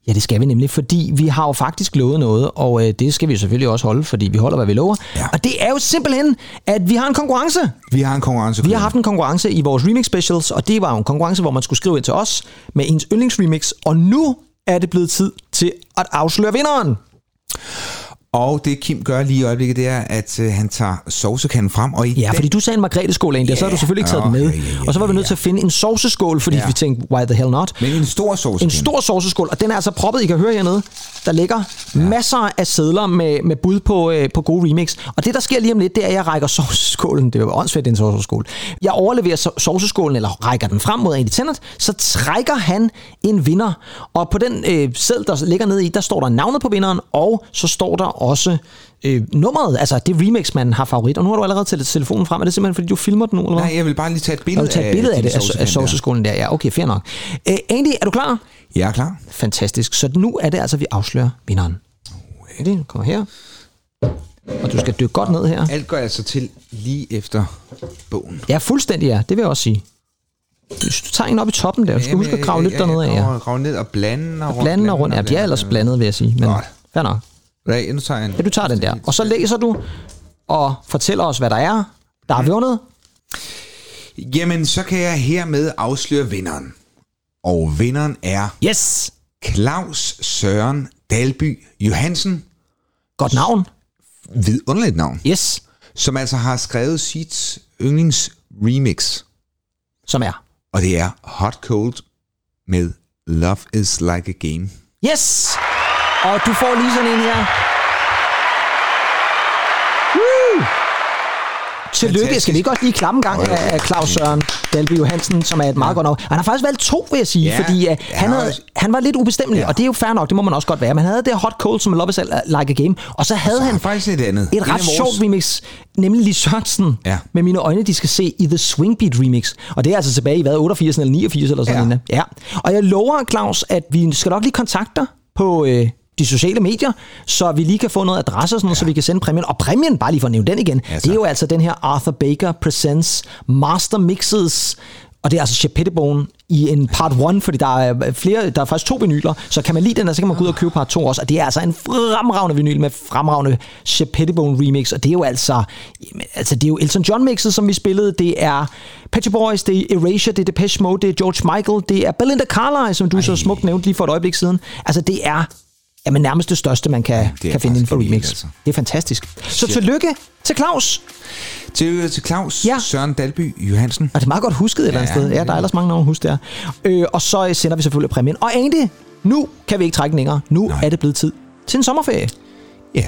Ja, det skal vi nemlig, fordi vi har jo faktisk lovet noget, og det skal vi selvfølgelig også holde, fordi vi holder, hvad vi lover. Ja. Og det er jo simpelthen, at vi har en konkurrence. Vi har en konkurrence. Vi har haft en konkurrence i vores remix specials, og det var jo en konkurrence, hvor man skulle skrive ind til os med ens yndlingsremix, og nu er det blevet tid til at afsløre vinderen. Og det Kim gør lige i øjeblikket, det er, at han tager sovsekanden frem. Og fordi du sagde en margrethe-skål egentlig, og så har du selvfølgelig ikke taget den med. Og så var vi nødt til at finde en sovseskål, fordi vi tænkte, why the hell not? Men en stor sovsekande. En stor sovseskål, og den er altså proppet, I kan høre hernede. Der ligger masser af sedler med bud på gode remix. Og det, der sker lige om lidt, det er, at jeg rækker sovseskålen. Det er jo åndssvagt, en sovseskål. Jeg overleverer sovseskålen, eller rækker den frem mod en i tænderne, så trækker han en vinder. Og på den seddel, der ligger nede i, der står der navnet på vinderen, og så står der også nummeret, altså det remix, man har favorit. Og nu har du allerede taget telefonen frem. Er det simpelthen, fordi du filmer den nu, eller hvad? Nej, jeg vil bare lige tage et billede af det af sovseskålen der. Ja, okay, fair nok. Andy, er du klar? Jeg er klar. Fantastisk. Så nu er det altså, vi afslører vinderen. Andy, kommer her. Og du skal dykke godt ned her. Alt går altså til lige efter bogen. Ja, fuldstændig ja. Det vil jeg også sige. Du tager en op i toppen der. Du skal huske at grave lidt dernede af. Ja, grave ned og blande og rundt. Blande og rundt. Ja, de er ellers blandet, vil jeg sige. Men fair nok. Ja, nu tager jeg en. Ja, du tager den der. Og så læser du og fortæller os, hvad der er vundet. Jamen, så kan jeg hermed afsløre vinderen. Og vinderen er... Yes! Claus Søren Dalby Johansen. Godt navn. Vidunderligt navn. Yes. Som altså har skrevet sit yndlingsremix. Som er? Og det er Hot Cold med Love is Like a Game. Yes! Og du får lige sådan en her. Tillykke. Skal vi ikke også lige klappe en gang af Claus Søren Dalby Johansen, som er et meget godt navn. Han har faktisk valgt 2, vil jeg sige, fordi han var lidt ubestemmelig, og det er jo fair nok, det må man også godt være. Men han havde det Hot Cold som Love is Like a Game, og så havde han faktisk et andet. Et ret sjovt remix, nemlig Lis Sørensen, med Mine øjne, de skal se i The Swing Beat remix. Og det er altså tilbage i 88 eller 89 eller sådan noget. Ja. Og jeg lover, Claus, at vi skal nok lige kontakte dig på de sociale medier, så vi lige kan få noget adresse og sådan noget, så vi kan sende præmien. Og præmien, bare lige for at nævne den igen, det er jo altså den her Arthur Baker Presents Master Mixes, og det er altså Shep Pettibone i en part 1, fordi der er faktisk 2 vinyler, så kan man lide den, og så kan man gå ud og købe part 2 også, og det er altså en fremragende vinyl med fremragende Shep Pettibone remix, og det er jo altså det er jo Elton John mixet, som vi spillede, det er Pet Shop Boys, det er Erasure, det er Depeche Mode, det er George Michael, det er Belinda Carlisle, som du så smukt nævnte lige for et øjeblik siden. Altså det er nærmest det største, man kan finde inden for remix. Altså. Det er fantastisk. Så tillykke til Claus. Til Claus Søren Dalby Johansen. Og det er meget godt husket et eller andet sted. Ja, der er ellers mange navne husk der. Og så sender vi selvfølgelig præmien. Og Andy, nu kan vi ikke trække længere. Nu er det blevet tid til en sommerferie. Ja.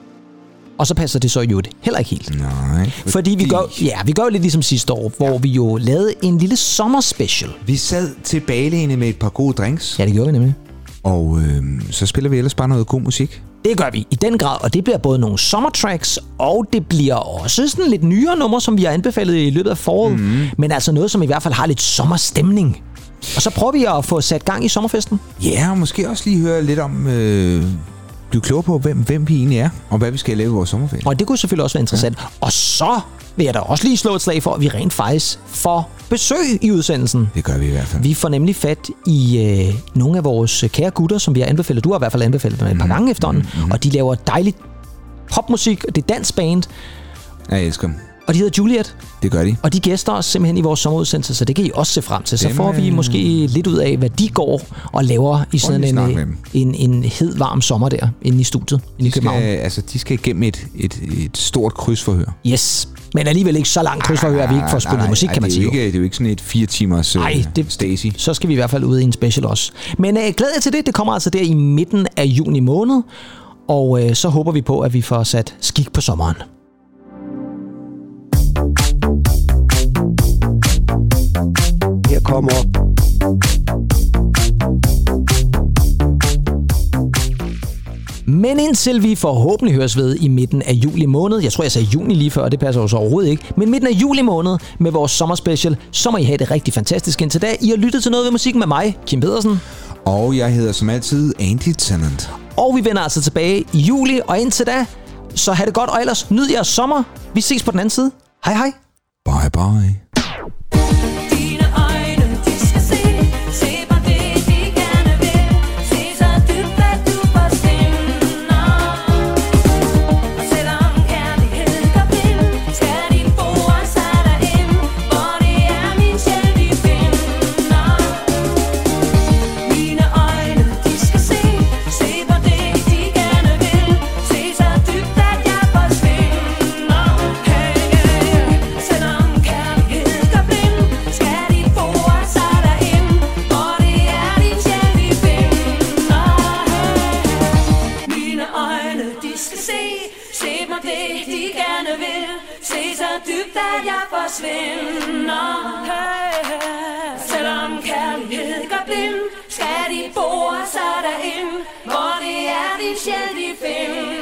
Og så passer det så jo heller ikke helt. Nej. Fordi vi gør jo lidt ligesom sidste år, hvor vi jo lavede en lille sommerspecial. Vi sad tilbagelænet med et par gode drinks. Ja, det gjorde vi nemlig. Og så spiller vi ellers bare noget god musik. Det gør vi i den grad, og det bliver både nogle sommertracks, og det bliver også sådan lidt nyere numre, som vi har anbefalet i løbet af foråret, men altså noget, som i hvert fald har lidt sommerstemning. Og så prøver vi at få sat gang i sommerfesten. Ja, og måske også lige høre lidt om, blive klogere på, hvem vi egentlig er, og hvad vi skal lave i vores sommerferie. Og det kunne selvfølgelig også være interessant. Ja. Og så vil jeg da også lige slå et slag for, at vi rent faktisk får besøg i udsendelsen. Det gør vi i hvert fald. Vi får nemlig fat i nogle af vores kære gutter, som vi har anbefalet. Du har i hvert fald anbefalet dem et par gange efterhånden. Og de laver dejligt popmusik, og det er dansband. Jeg elsker dem. Og de hedder Juliet. Det gør de. Og de gæster os simpelthen i vores sommerudsendelse, så det kan I også se frem til. Så får vi måske lidt ud af, hvad de går og laver i sådan en hed, varm sommer der inde i studiet inde i København. De skal igennem et stort krydsforhør. Yes. Men alligevel ikke så langt krydsforhør, at vi ikke får spillet musik, kan man sige. Det er jo ikke sådan et 4 timers Stacy. Så skal vi i hvert fald ud i en special også. Men glæd jer til det. Det kommer altså der i midten af juni måned. Og så håber vi på, at vi får sat skik på sommeren. Her kommer Men indtil vi forhåbentlig høres ved i midten af juli måned, jeg tror jeg sagde juni lige før, det passer jo så overhovedet ikke, men midten af juli måned med vores sommerspecial, så må I have det rigtig fantastisk indtil da. I har lyttet til noget ved musikken med mig, Kim Pedersen. Og jeg hedder som altid Andy Tennant. Og vi vender altså tilbage i juli, og indtil da, så have det godt, og ellers nyd jeres sommer. Vi ses på den anden side. Hej hej. Bye bye. Dine øjne, de skal se, se på det, de gerne vil. Se så du dybt, at jeg forsvinder. Selvom kærlighed gør blind, skal de bore sig derind, hvor det er din sjæl, de finder.